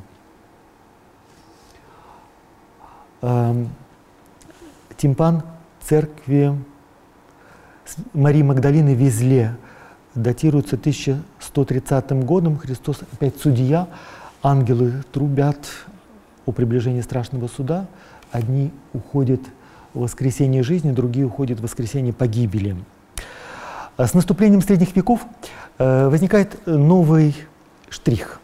[SPEAKER 2] Эм, тимпан церкви Марии Магдалины в Везле датируется тысяча сто тридцатым годом. Христос опять судья, ангелы трубят о приближении страшного суда. Одни уходят в воскресение жизни, другие уходят в воскресение погибели. С наступлением средних веков возникает новый штрих.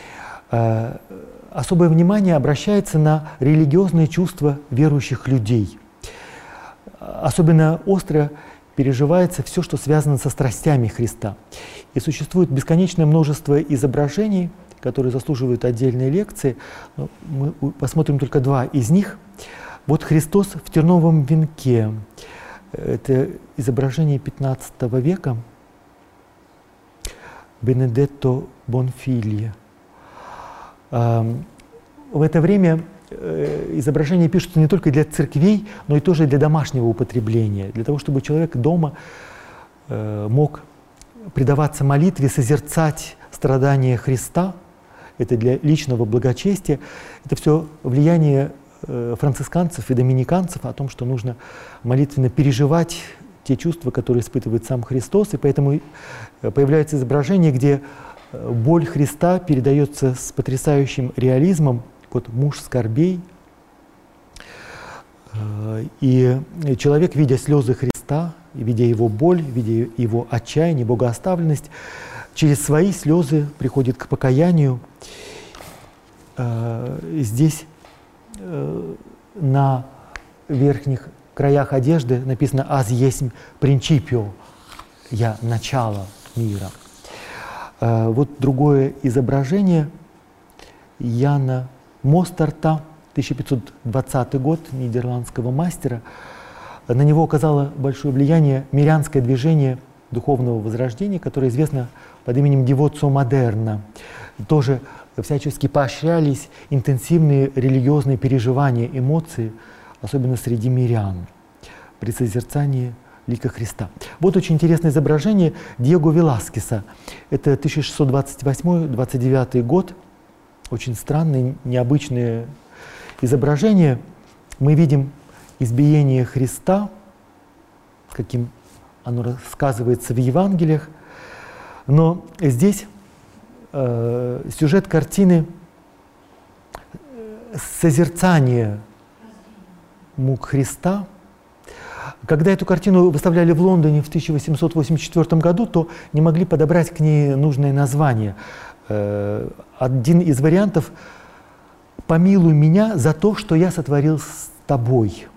[SPEAKER 2] Особое внимание обращается на религиозные чувства верующих людей. Особенно остро переживается все, что связано со страстями Христа. И существует бесконечное множество изображений, которые заслуживают отдельной лекции. Но мы посмотрим только два из них. Вот Христос в терновом венке. Это изображение пятнадцатого века. Бенедетто Бонфильи. В это время изображения пишутся не только для церквей, но и тоже для домашнего употребления, для того, чтобы человек дома мог предаваться молитве, созерцать страдания Христа. Это для личного благочестия. Это все влияние францисканцев и доминиканцев о том, что нужно молитвенно переживать те чувства, которые испытывает сам Христос. И поэтому появляется изображение, где боль Христа передается с потрясающим реализмом. Вот муж скорбей. И человек, видя слезы Христа, видя его боль, видя его отчаяние, богооставленность, через свои слезы приходит к покаянию. Здесь на верхних краях одежды написано «Аз есмь принципио», «Я начало мира». Вот другое изображение Яна Мостарта, тысяча пятьсот двадцатый год, нидерландского мастера. На него оказало большое влияние мирянское движение духовного возрождения, которое известно под именем Девоцио Модерна. Тоже всячески поощрялись интенсивные религиозные переживания, эмоции, особенно среди мирян, при созерцании лика Христа. Вот очень интересное изображение Диего Веласкеса. Это тысяча шестьсот двадцать восьмой — двадцать девятый год. Очень странное, необычное изображение. Мы видим избиение Христа, каким оно рассказывается в Евангелиях. Но здесь э, сюжет картины созерцания мук Христа. Когда эту картину выставляли в Лондоне в тысяча восемьсот восемьдесят четвёртом году, то не могли подобрать к ней нужное название. Один из вариантов «Помилуй меня за то, что я сотворил с тобой».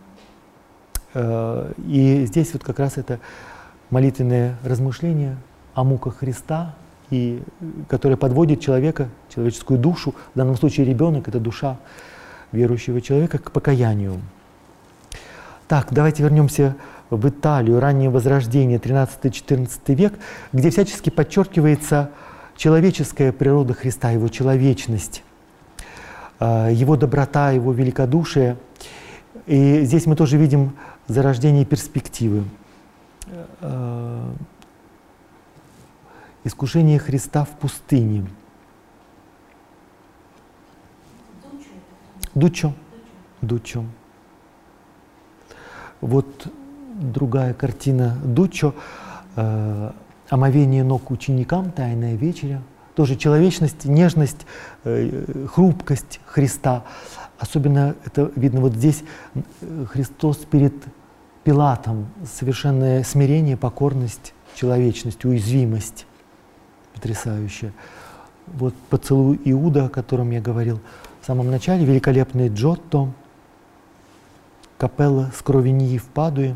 [SPEAKER 2] И здесь вот как раз это молитвенное размышление о муках Христа, и, которое подводит человека, человеческую душу, в данном случае ребенок, это душа верующего человека, к покаянию. Так, давайте вернемся в Италию, раннее Возрождение, тринадцатый-четырнадцатый век, где всячески подчеркивается человеческая природа Христа, его человечность, его доброта, его великодушие. И здесь мы тоже видим зарождение перспективы. Искушение Христа в пустыне. Дуччо. Дуччо. Вот другая картина Дуччо. Омовение ног ученикам, Тайная вечеря. Тоже человечность, нежность, хрупкость Христа. Особенно это видно вот здесь. Христос перед Пилатом. Совершенное смирение, покорность, человечность, уязвимость. Потрясающая. Вот поцелуй Иуда, о котором я говорил в самом начале. Великолепный Джотто. Капелла Скровеньи в Падуе.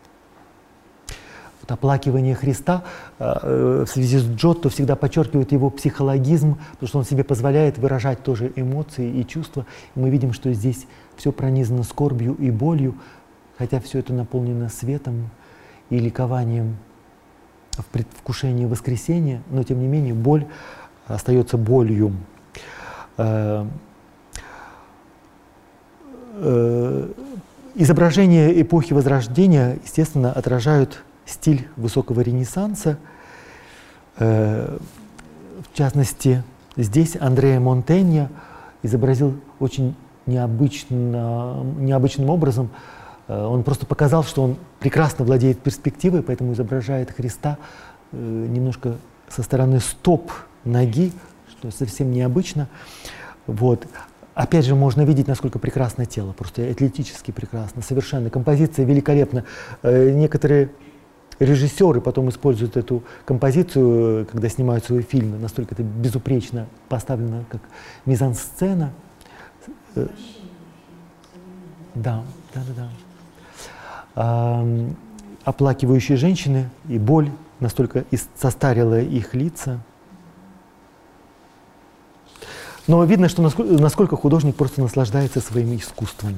[SPEAKER 2] Вот оплакивание Христа э, в связи с Джотто всегда подчеркивает его психологизм, потому что он себе позволяет выражать тоже эмоции и чувства. И мы видим, что здесь все пронизано скорбью и болью, хотя все это наполнено светом и ликованием в предвкушении воскресения, но тем не менее боль остается болью. Э, э, изображения эпохи Возрождения, естественно, отражают стиль высокого Ренессанса. В частности, здесь Андреа Монтенья изобразил очень необычно, необычным образом. Он просто показал, что он прекрасно владеет перспективой, поэтому изображает Христа немножко со стороны стоп ноги, что совсем необычно. Вот. Опять же, можно видеть, насколько прекрасно тело, просто атлетически прекрасно, совершенно. Композиция великолепна. Некоторые режиссеры потом используют эту композицию, когда снимают свои фильмы, настолько это безупречно поставлено, как мизансцена. Да, да, да, да. А, оплакивающие женщины и боль настолько состарила их лица. Но видно, что насколько, насколько художник просто наслаждается своим искусством.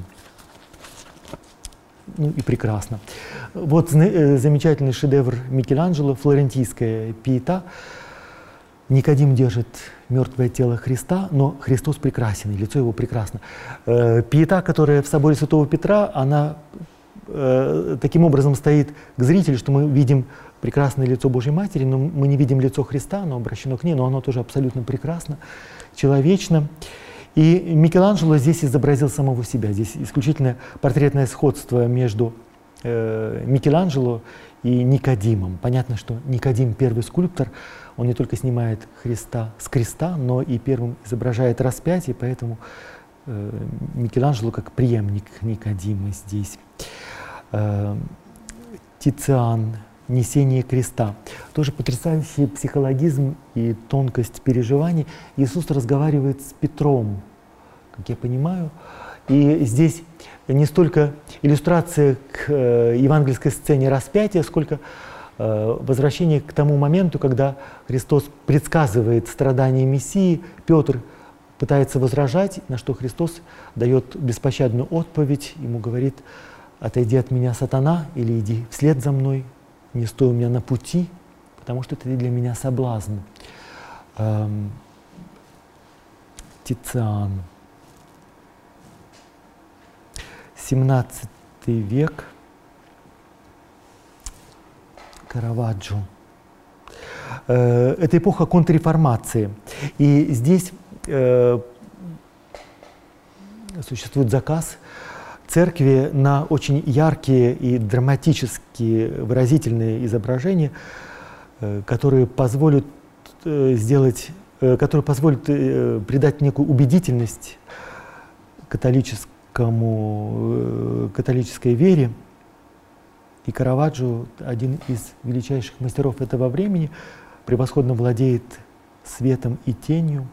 [SPEAKER 2] Ну и прекрасно. Вот замечательный шедевр Микеланджело, флорентийская пиета. Никодим держит мертвое тело Христа, но Христос прекрасен, и лицо его прекрасно. Пиета, которая в соборе Святого Петра, она таким образом стоит к зрителю, что мы видим прекрасное лицо Божьей Матери, но мы не видим лицо Христа, оно обращено к ней, но оно тоже абсолютно прекрасно, человечно. И Микеланджело здесь изобразил самого себя. Здесь исключительно портретное сходство между э, Микеланджело и Никодимом. Понятно, что Никодим, первый скульптор, он не только снимает Христа с креста, но и первым изображает распятие, поэтому э, Микеланджело как преемник Никодима здесь. Э, Тициан, «Несение креста». Тоже потрясающий психологизм и тонкость переживаний. Иисус разговаривает с Петром, как я понимаю. И здесь не столько иллюстрация к э, евангельской сцене распятия, сколько э, возвращение к тому моменту, когда Христос предсказывает страдания Мессии. Петр пытается возражать, на что Христос дает беспощадную отповедь. Ему говорит: «Отойди от меня, сатана, или иди вслед за мной. Не стой у меня на пути, потому что ты для меня соблазн». Эм, Тициан. семнадцатый век. Караваджо. Э, это эпоха контрреформации. И здесь э, существует заказ церкви на очень яркие и драматические выразительные изображения, которые позволят сделать, которые позволят придать некую убедительность католическому, католической вере. И Караваджо, один из величайших мастеров этого времени, превосходно владеет светом и тенью.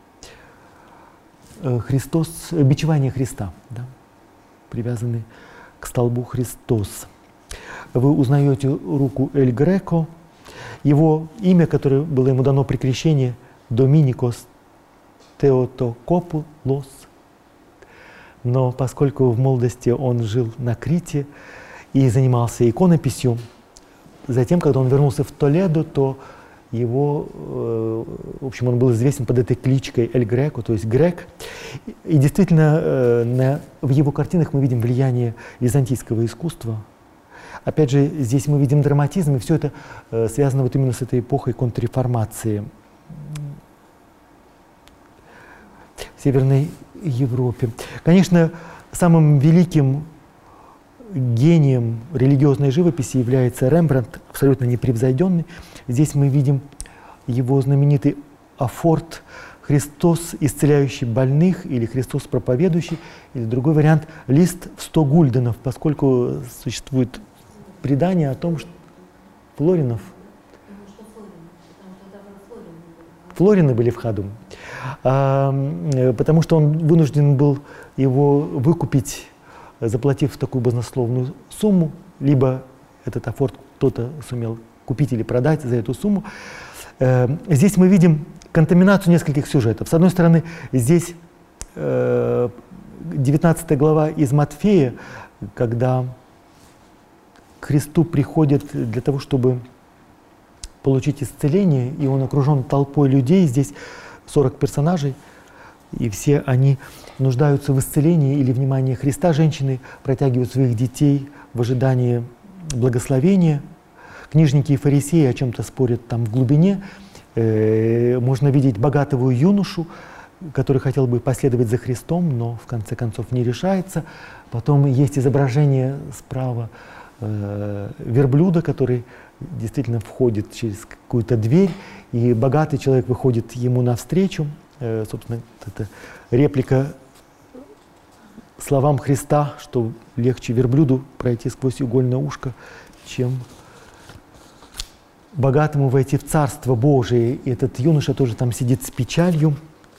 [SPEAKER 2] Христос, бичевание Христа, да? Привязаны к столбу Христос. Вы узнаете руку Эль Греко. Его имя, которое было ему дано при крещении, Доминикос Теотокопулос. Но поскольку в молодости он жил на Крите и занимался иконописью, затем, когда он вернулся в Толедо, то его, в общем, он был известен под этой кличкой Эль Греко, то есть грек. И действительно, на, в его картинах мы видим влияние византийского искусства. Опять же, здесь мы видим драматизм, и все это связано вот именно с этой эпохой контрреформации в Северной Европе. Конечно, самым великим гением религиозной живописи является Рембрандт, абсолютно непревзойденный. Здесь мы видим его знаменитый афорт «Христос, исцеляющий больных» или «Христос, проповедующий», или другой вариант «Лист в сто гульденов», поскольку существует предание о том, что Флоринов, Флорины были в ходу, а, потому что он вынужден был его выкупить, заплатив такую баснословную сумму, либо этот афорт кто-то сумел купить или продать за эту сумму. Здесь мы видим контаминацию нескольких сюжетов. С одной стороны, здесь девятнадцатая глава из Матфея, когда к Христу приходят для того, чтобы получить исцеление, и он окружен толпой людей. Здесь сорок персонажей, и все они нуждаются в исцелении или внимании Христа. Женщины протягивают своих детей в ожидании благословения. книжники и фарисеи о чем-то спорят там в глубине. Можно видеть богатого юношу, который хотел бы последовать за Христом, но в конце концов не решается. Потом есть изображение справа верблюда, который действительно входит через какую-то дверь, и богатый человек выходит ему навстречу. Собственно, это реплика словам Христа, что легче верблюду пройти сквозь игольное ушко, чем богатому войти в Царство Божие. И этот юноша тоже там сидит с печалью.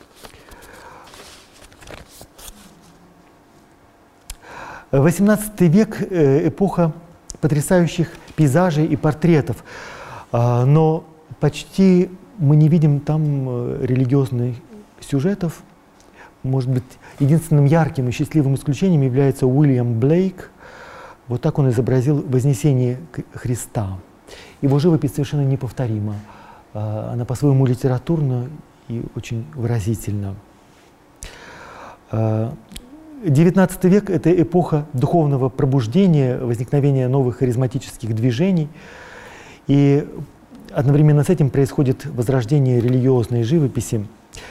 [SPEAKER 2] восемнадцатый век – эпоха потрясающих пейзажей и портретов, но почти мы не видим там религиозных сюжетов. Может быть, единственным ярким и счастливым исключением является Уильям Блейк. Вот так он изобразил Вознесение Христа. Его живопись совершенно неповторима. Она по-своему литературна и очень выразительна. девятнадцатый век – это эпоха духовного пробуждения, возникновения новых харизматических движений. И одновременно с этим происходит возрождение религиозной живописи.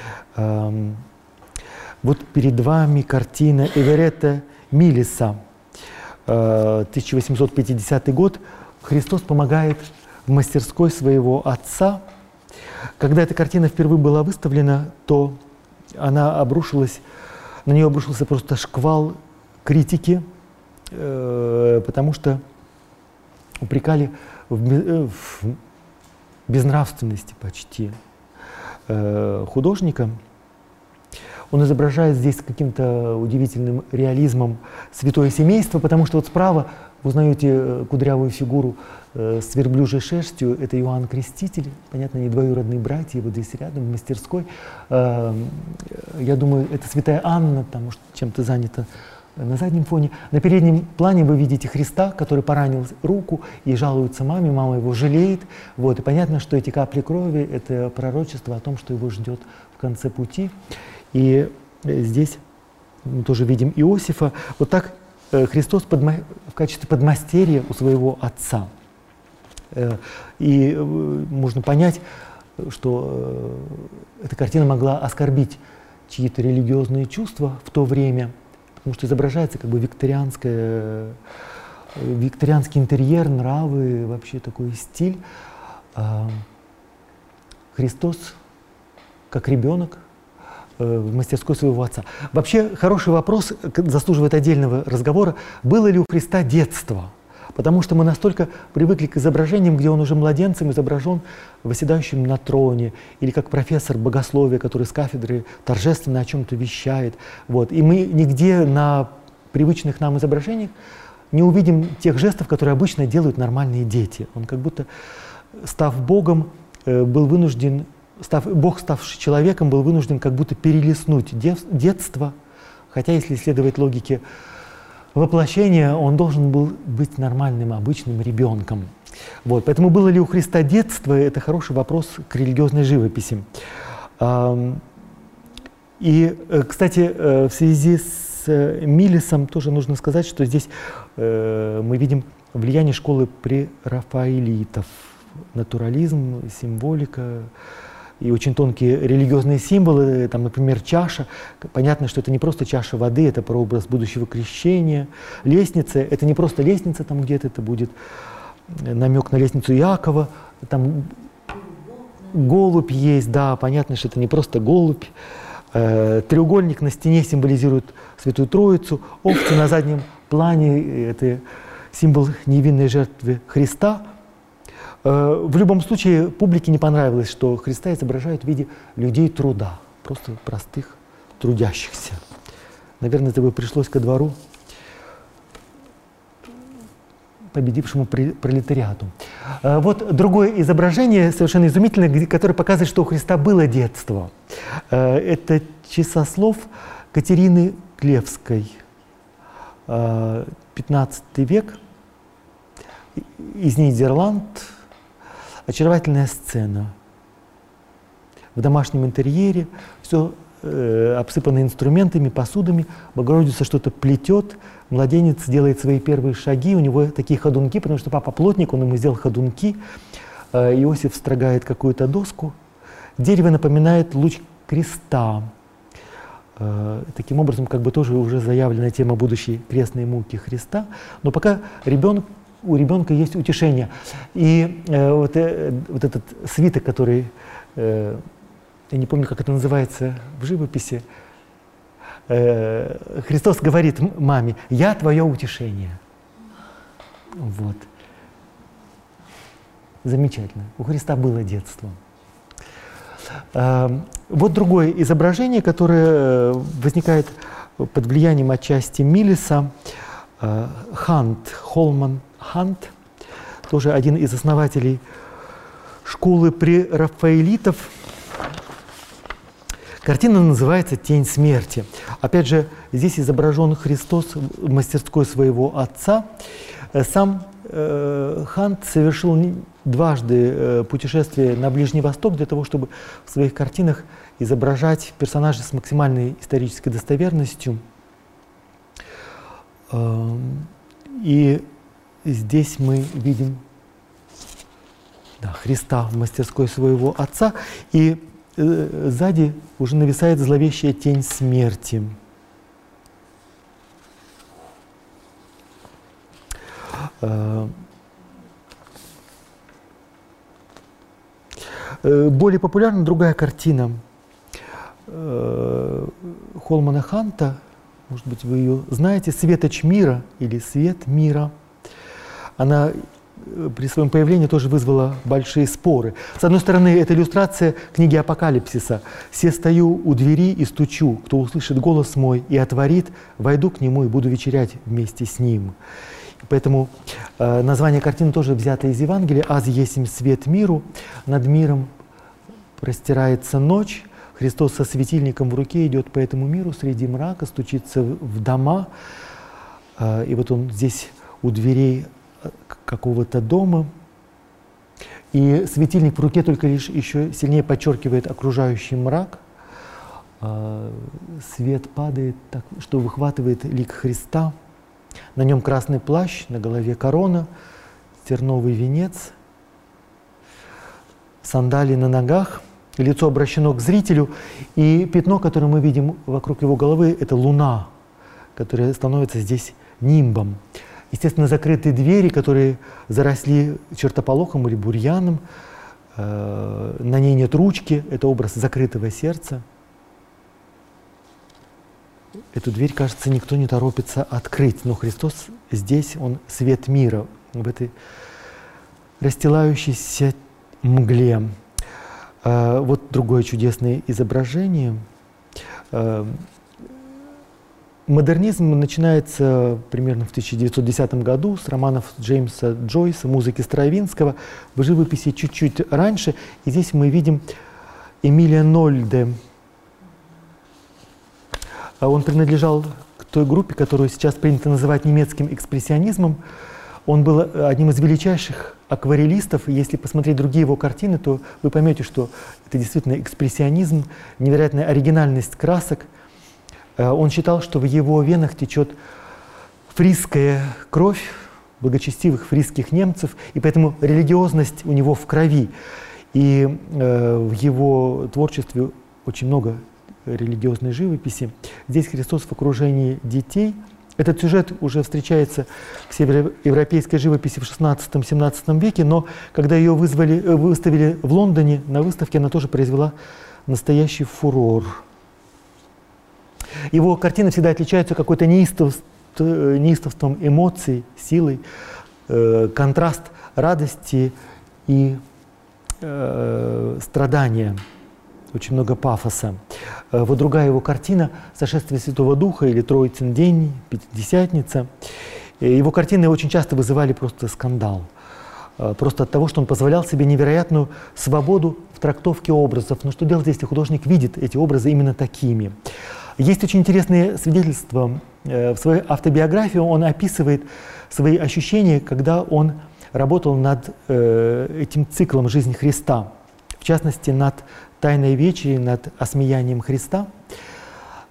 [SPEAKER 2] Вот перед вами картина Эверетта Миллиса, тысяча восемьсот пятидесятый год. Христос помогает в мастерской своего отца. Когда эта картина впервые была выставлена, то она обрушилась, на нее обрушился просто шквал критики, потому что упрекали в безнравственности почти художника. Он изображает здесь с каким-то удивительным реализмом святое семейство, потому что вот справа вы узнаете кудрявую фигуру э, с верблюжьей шерстью. Это Иоанн Креститель. Понятно, они двоюродные братья, вот здесь рядом, в мастерской. Э, я думаю, это святая Анна, потому что чем-то занята на заднем фоне. На переднем плане вы видите Христа, который поранил руку и жалуется маме. Мама его жалеет. Вот. И понятно, что эти капли крови – это пророчество о том, что его ждет в конце пути. И здесь мы тоже видим Иосифа. Вот так Христос подма... в качестве подмастерья у своего отца. И можно понять, что эта картина могла оскорбить чьи-то религиозные чувства в то время, потому что изображается как бы викторианское, викторианский интерьер, нравы, вообще такой стиль. Христос как ребенок в мастерской своего отца. Вообще хороший вопрос, заслуживает отдельного разговора, было ли у Христа детство? Потому что мы настолько привыкли к изображениям, где он уже младенцем изображен восседающим на троне, или как профессор богословия, который с кафедры торжественно о чем-то вещает. Вот. И мы нигде на привычных нам изображениях не увидим тех жестов, которые обычно делают нормальные дети. Он как будто, став Богом, был вынужден Став, Бог, ставший человеком, был вынужден как будто перелистнуть дев, детство, хотя, если следовать логике воплощения, он должен был быть нормальным, обычным ребенком. Вот. Поэтому было ли у Христа детство, это хороший вопрос к религиозной живописи. И, кстати, в связи с Миллисом тоже нужно сказать, что здесь мы видим влияние школы прерафаэлитов. Натурализм, символика и очень тонкие религиозные символы, там, например, чаша. Понятно, что это не просто чаша воды, это прообраз будущего крещения. Лестница, это не просто лестница там где-то, это будет намек на лестницу Иакова. Там голубь есть, да, понятно, что это не просто голубь. Треугольник на стене символизирует Святую Троицу. Овцы на заднем плане – это символ невинной жертвы Христа. В любом случае, публике не понравилось, что Христа изображают в виде людей труда, просто простых трудящихся. Наверное, это бы пришлось ко двору победившему пролетариату. Вот другое изображение, совершенно изумительное, которое показывает, что у Христа было детство. Это часослов Катерины Клевской, пятнадцатый век, из Нидерланд. Очаровательная сцена. В домашнем интерьере все э, обсыпанный инструментами, посудами. Богородица что-то плетет. Младенец делает свои первые шаги. У него такие ходунки, потому что папа плотник, он ему сделал ходунки. Э, Иосиф строгает какую-то доску. Дерево напоминает луч креста. Э, таким образом, как бы тоже уже заявлена тема будущей крестной муки Христа. Но пока ребенок, у ребенка есть утешение. И э, вот, э, вот этот свиток, который, э, я не помню, как это называется в живописи, э, Христос говорит маме: «Я твое утешение». Вот. Замечательно. У Христа было детство. Э, вот другое изображение, которое возникает под влиянием отчасти Миллиса. Э, Хант, Холман Хант, тоже один из основателей школы прерафаэлитов. Картина называется «Тень смерти». Опять же, здесь изображен Христос в мастерской своего отца. Сам э, Хант совершил дважды э, путешествие на Ближний Восток для того, чтобы в своих картинах изображать персонажей с максимальной исторической достоверностью. Э, и здесь мы видим, да, Христа в мастерской своего отца, и э, сзади уже нависает зловещая тень смерти. Э, э, более популярна другая картина э, Холмана Ханта, может быть, вы ее знаете, «Светоч мира» или «Свет мира». Она при своем появлении тоже вызвала большие споры. С одной стороны, это иллюстрация книги Апокалипсиса. «Се стою у двери и стучу, кто услышит голос мой и отворит, войду к нему и буду вечерять вместе с ним». Поэтому э, название картины тоже взято из Евангелия. «Аз есмь свет миру». Над миром простирается ночь. Христос со светильником в руке идет по этому миру среди мрака, стучится в дома. Э, и вот он здесь у дверей какого-то дома, и светильник в руке только лишь еще сильнее подчеркивает окружающий мрак. Свет падает так, что выхватывает лик Христа. На нем красный плащ, на голове корона, терновый венец, сандалии на ногах, лицо обращено к зрителю, и пятно, которое мы видим вокруг его головы, это луна, которая становится здесь нимбом. Естественно, закрытые двери, которые заросли чертополохом или бурьяном. Э, на ней нет ручки. Это образ закрытого сердца. Эту дверь, кажется, никто не торопится открыть. Но Христос здесь, Он свет мира, в этой расстилающейся мгле. Э, вот другое чудесное изображение. Э, Модернизм начинается примерно в тысяча девятьсот десятом году с романов Джеймса Джойса, музыки Стравинского, в живописи чуть-чуть раньше. И здесь мы видим Эмилия Нольде. Он принадлежал к той группе, которую сейчас принято называть немецким экспрессионизмом. Он был одним из величайших акварелистов. Если посмотреть другие его картины, то вы поймете, что это действительно экспрессионизм, невероятная оригинальность красок. Он считал, что в его венах течет фрисская кровь благочестивых фрисских немцев, и поэтому религиозность у него в крови. И э, в его творчестве очень много религиозной живописи. Здесь Христос в окружении детей. Этот сюжет уже встречается в североевропейской живописи в шестнадцатом-семнадцатом веке, но когда ее вызвали, выставили в Лондоне на выставке, она тоже произвела настоящий фурор. Его картины всегда отличаются какой-то неистовством, неистовством эмоций, силой, э, контраст радости и э, страдания. Очень много пафоса. Э, вот другая его картина «Сошествие Святого Духа» или «Троицын день», «Пятидесятница». Э, его картины очень часто вызывали просто скандал. Э, просто от того, что он позволял себе невероятную свободу в трактовке образов. Но что делать, если художник видит эти образы именно такими? Есть очень интересные свидетельства. В своей автобиографии он описывает свои ощущения, когда он работал над этим циклом «Жизнь Христа», в частности, над «Тайной вечерей», над «Осмеянием Христа».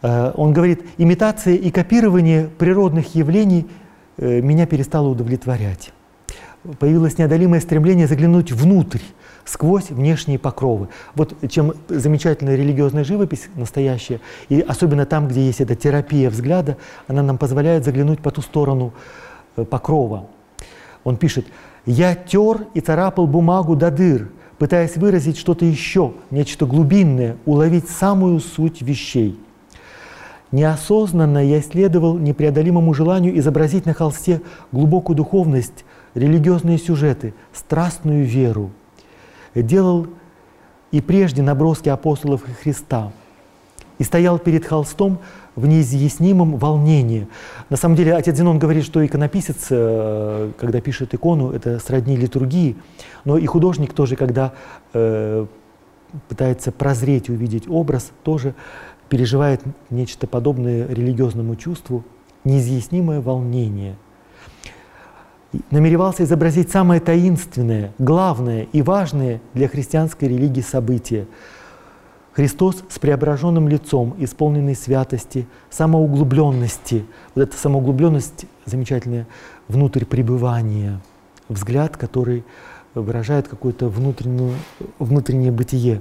[SPEAKER 2] Он говорит, имитация и копирование природных явлений меня перестало удовлетворять. Появилось неодолимое стремление заглянуть внутрь, сквозь внешние покровы. Вот чем замечательная религиозная живопись настоящая, и особенно там, где есть эта терапия взгляда, она нам позволяет заглянуть по ту сторону покрова. Он пишет, «Я тер и царапал бумагу до дыр, пытаясь выразить что-то еще, нечто глубинное, уловить самую суть вещей. Неосознанно я исследовал непреодолимому желанию изобразить на холсте глубокую духовность, религиозные сюжеты, страстную веру. Делал и прежде наброски апостолов и Христа, и стоял перед холстом в неизъяснимом волнении». На самом деле отец Зенон говорит, что иконописец, когда пишет икону, это сродни литургии, но и художник тоже, когда э, пытается прозреть, увидеть образ, тоже переживает нечто подобное религиозному чувству, неизъяснимое волнение. Намеревался изобразить самое таинственное, главное и важное для христианской религии событие. Христос с преображенным лицом, исполненный святости, самоуглубленности. Вот эта самоуглубленность замечательная, внутрь пребывания, взгляд, который выражает какое-то внутреннее, внутреннее бытие.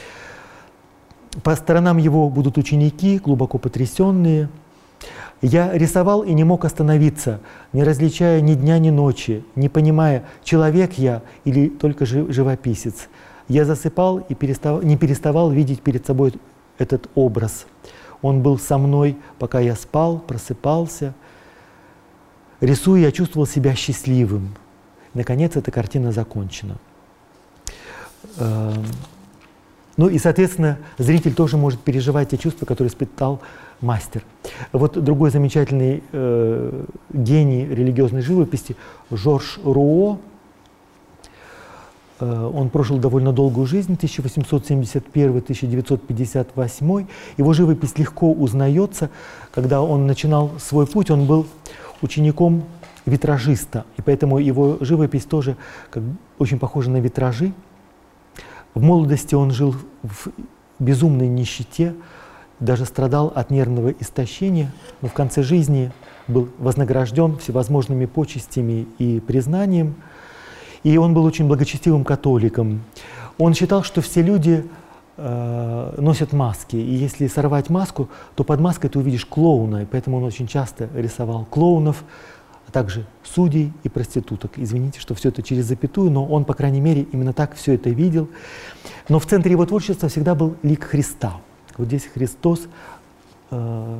[SPEAKER 2] По сторонам его будут ученики, глубоко потрясенные. Я рисовал и не мог остановиться, не различая ни дня, ни ночи, не понимая, человек я или только живописец. Я засыпал и переставал, не переставал видеть перед собой этот образ. Он был со мной, пока я спал, просыпался. Рисуя, я чувствовал себя счастливым. Наконец, эта картина закончена. Ну и, соответственно, зритель тоже может переживать те чувства, которые испытал мастер. Вот другой замечательный э, гений религиозной живописи Жорж Руо. Э, он прожил довольно долгую жизнь, тысяча восемьсот семьдесят первый — тысяча девятьсот пятьдесят восьмой. Его живопись легко узнается. Когда он начинал свой путь, он был учеником витражиста, и поэтому его живопись тоже как, очень похожа на витражи. В молодости он жил в безумной нищете, даже страдал от нервного истощения, но в конце жизни был вознагражден всевозможными почестями и признанием. И он был очень благочестивым католиком. Он считал, что все люди э, носят маски, и если сорвать маску, то под маской ты увидишь клоуна, и поэтому он очень часто рисовал клоунов, а также судей и проституток. Извините, что все это через запятую, но он, по крайней мере, именно так все это видел. Но в центре его творчества всегда был лик Христа. Вот здесь Христос, э,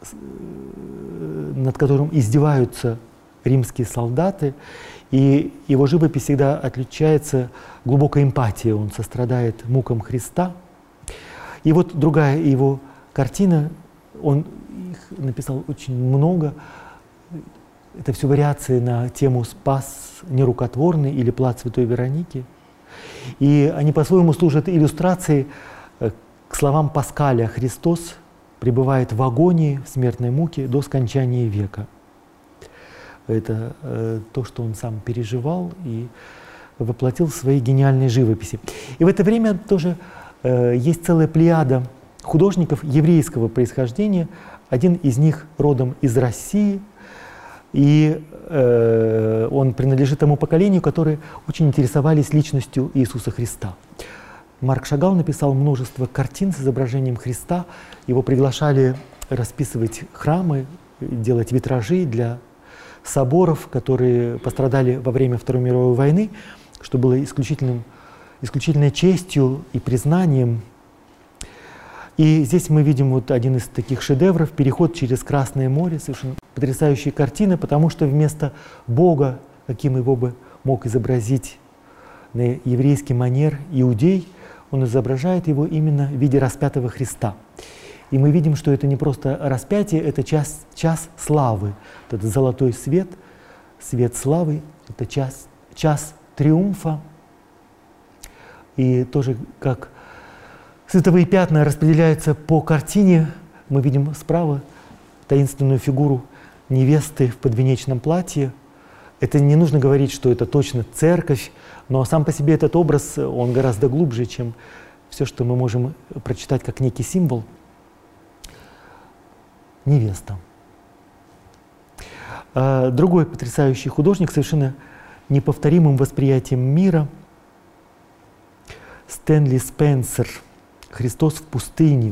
[SPEAKER 2] над которым издеваются римские солдаты, и его живопись всегда отличается глубокой эмпатией. Он сострадает мукам Христа. И вот другая его картина, он их написал очень много. Это все вариации на тему «Спас нерукотворный» или «Плац Святой Вероники». И они по-своему служат иллюстрацией к словам Паскаля: «Христос пребывает в агонии, в смертной муке до скончания века». Это э, то, что он сам переживал и воплотил в своей гениальной живописи. И в это время тоже э, есть целая плеяда художников еврейского происхождения. Один из них родом из России, и э, он принадлежит тому поколению, которые очень интересовались личностью Иисуса Христа. Марк Шагал написал множество картин с изображением Христа. Его приглашали расписывать храмы, делать витражи для соборов, которые пострадали во время Второй мировой войны, что было исключительным, исключительной честью и признанием. И здесь мы видим вот один из таких шедевров — «Переход через Красное море». Совершенно потрясающие картины, потому что вместо Бога, каким его бы мог изобразить на еврейский манер иудей, он изображает его именно в виде распятого Христа. И мы видим, что это не просто распятие, это час, час славы. Вот этот золотой свет, свет славы, это час, час триумфа. И тоже как световые пятна распределяются по картине, мы видим справа таинственную фигуру невесты в подвенечном платье. Это не нужно говорить, что это точно церковь, но сам по себе этот образ, он гораздо глубже, чем все, что мы можем прочитать как некий символ. невеста. Другой потрясающий художник, совершенно неповторимым восприятием мира, Стэнли Спенсер «Христос в пустыне».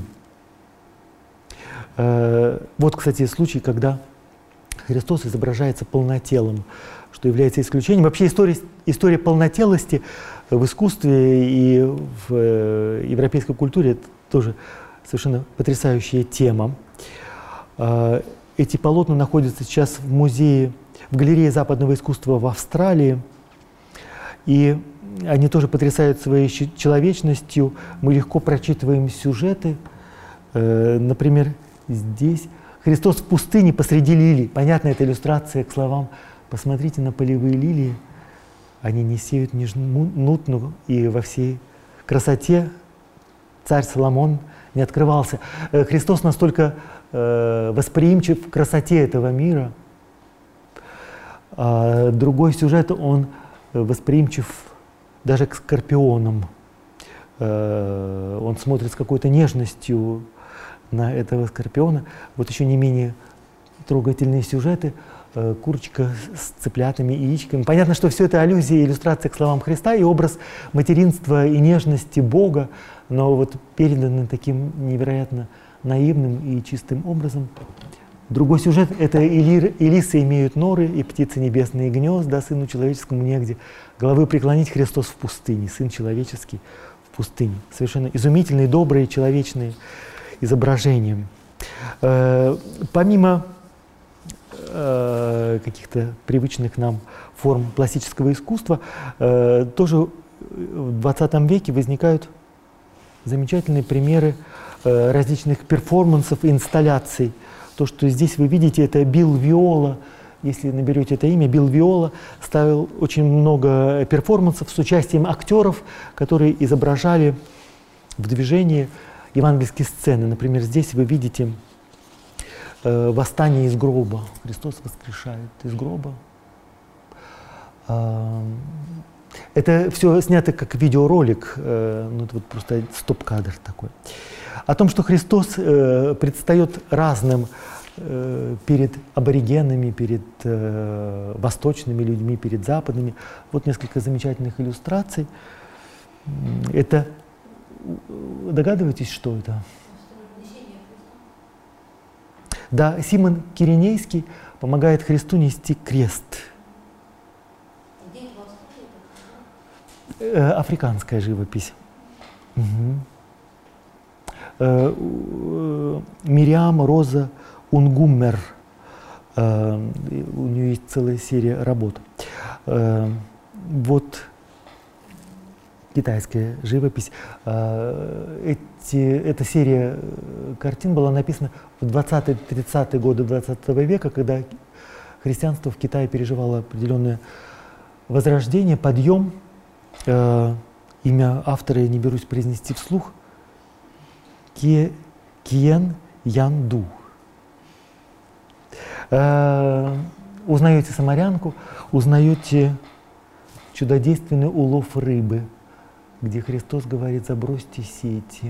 [SPEAKER 2] Вот, кстати, случай, когда Христос изображается полнотелым, что является исключением. Вообще история, история полнотелости в искусстве и в европейской культуре — это тоже совершенно потрясающая тема. Эти полотна находятся сейчас в музее, в галерее западного искусства в Австралии. И они тоже потрясают своей человечностью. Мы легко прочитываем сюжеты. Например, здесь Христос в пустыне посреди лилий. Понятно, это иллюстрация к словам: «Посмотрите на полевые лилии, они не сеют, не жнут, но и во всей красоте царь Соломон не открывался». Христос настолько э, восприимчив к красоте этого мира. А другой сюжет, он восприимчив даже к скорпионам. Э, он смотрит с какой-то нежностью на этого скорпиона. Вот еще не менее трогательные сюжеты. Курочка с цыплятами и яичками. Понятно, что все это аллюзия, иллюстрация к словам Христа и образ материнства и нежности Бога, но вот переданы таким невероятно наивным и чистым образом. Другой сюжет — это Или, «И имеют норы, и птицы небесные гнезда, сыну человеческому негде головы преклонить, Христос в пустыне, сын человеческий в пустыне». Совершенно изумительные, добрые, человечные изображения. Э, помимо каких-то привычных нам форм пластического искусства, э, тоже в двадцатом веке возникают замечательные примеры э, различных перформансов и инсталляций. То, что здесь вы видите, это Билл Виола. Если наберете это имя, Билл Виола ставил очень много перформансов с участием актеров, которые изображали в движении евангельские сцены. Например, здесь вы видите восстание из гроба. Христос воскрешает из гроба. Это все снято как видеоролик, ну, это вот просто стоп-кадр такой. О том, что Христос предстает разным перед аборигенами, перед восточными людьми, перед западными. Вот несколько замечательных иллюстраций. Это, догадываетесь, что это? Да, Симон Киринейский помогает Христу нести крест. Э, африканская живопись. Угу. Э, э, Мириам Роза Унгуммер. Э, у нее есть целая серия работ. Э, вот китайская живопись. Эти, эта серия картин была написана в двадцатые-тридцатые годы двадцатого века, когда христианство в Китае переживало определенное возрождение, подъем. Имя автора я не берусь произнести вслух. Ке, Киен Янду. Узнаете самарянку, узнаете чудодейственный улов рыбы, где Христос говорит: забросьте сети.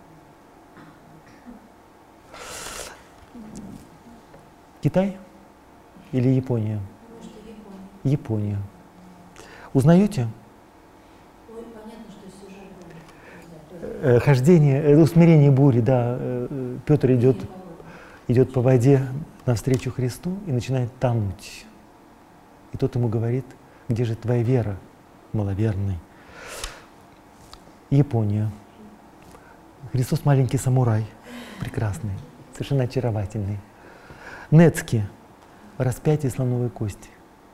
[SPEAKER 2] Китай или Япония?
[SPEAKER 3] Может, Япония.
[SPEAKER 2] Япония. Узнаете?
[SPEAKER 3] Ой, понятно, что сюжет.
[SPEAKER 2] Хождение, усмирение бури, да. Петр идет, идет по воде навстречу Христу и начинает тонуть. И тот ему говорит: где же твоя вера, маловерный? Япония. Христос маленький самурай, прекрасный, совершенно очаровательный. Нецки. Распятие слоновой кости.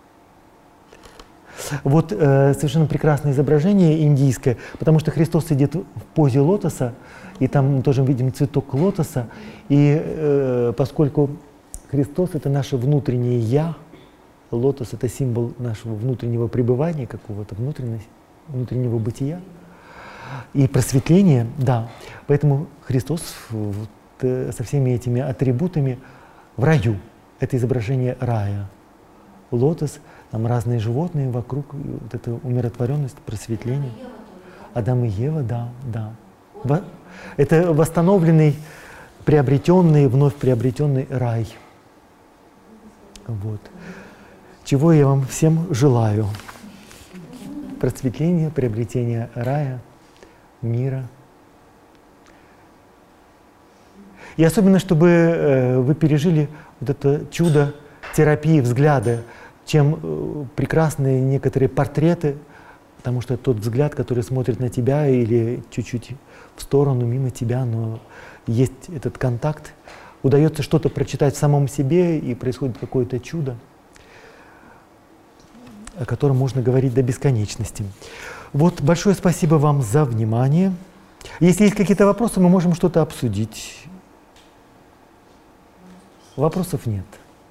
[SPEAKER 2] Вот э, совершенно прекрасное изображение индийское, потому что Христос сидит в позе лотоса, и там мы тоже видим цветок лотоса. И э, поскольку Христос — это наше внутреннее «я», лотос — это символ нашего внутреннего пребывания, какого-то внутреннего бытия и просветления, да. Поэтому Христос вот, э, со всеми этими атрибутами в раю. Это изображение рая. Лотос, там разные животные вокруг, вот эта умиротворенность, просветление. Адам и Ева, да, да. Во, это восстановленный приобретенный, вновь приобретенный рай. Вот. Чего я вам всем желаю. Просветления, приобретения рая, мира. И особенно, чтобы э, вы пережили вот это чудо терапии взгляда, чем э, прекрасные некоторые портреты, потому что тот взгляд, который смотрит на тебя или чуть-чуть в сторону, мимо тебя, но есть этот контакт, удается что-то прочитать в самом себе, и происходит какое-то чудо, о котором можно говорить до бесконечности. Вот, большое спасибо вам за внимание. Если есть какие-то вопросы, мы можем что-то обсудить. Вопросов нет.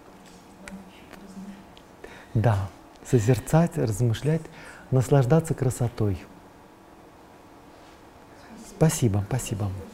[SPEAKER 2] Да, созерцать, размышлять, наслаждаться красотой. Спасибо, спасибо.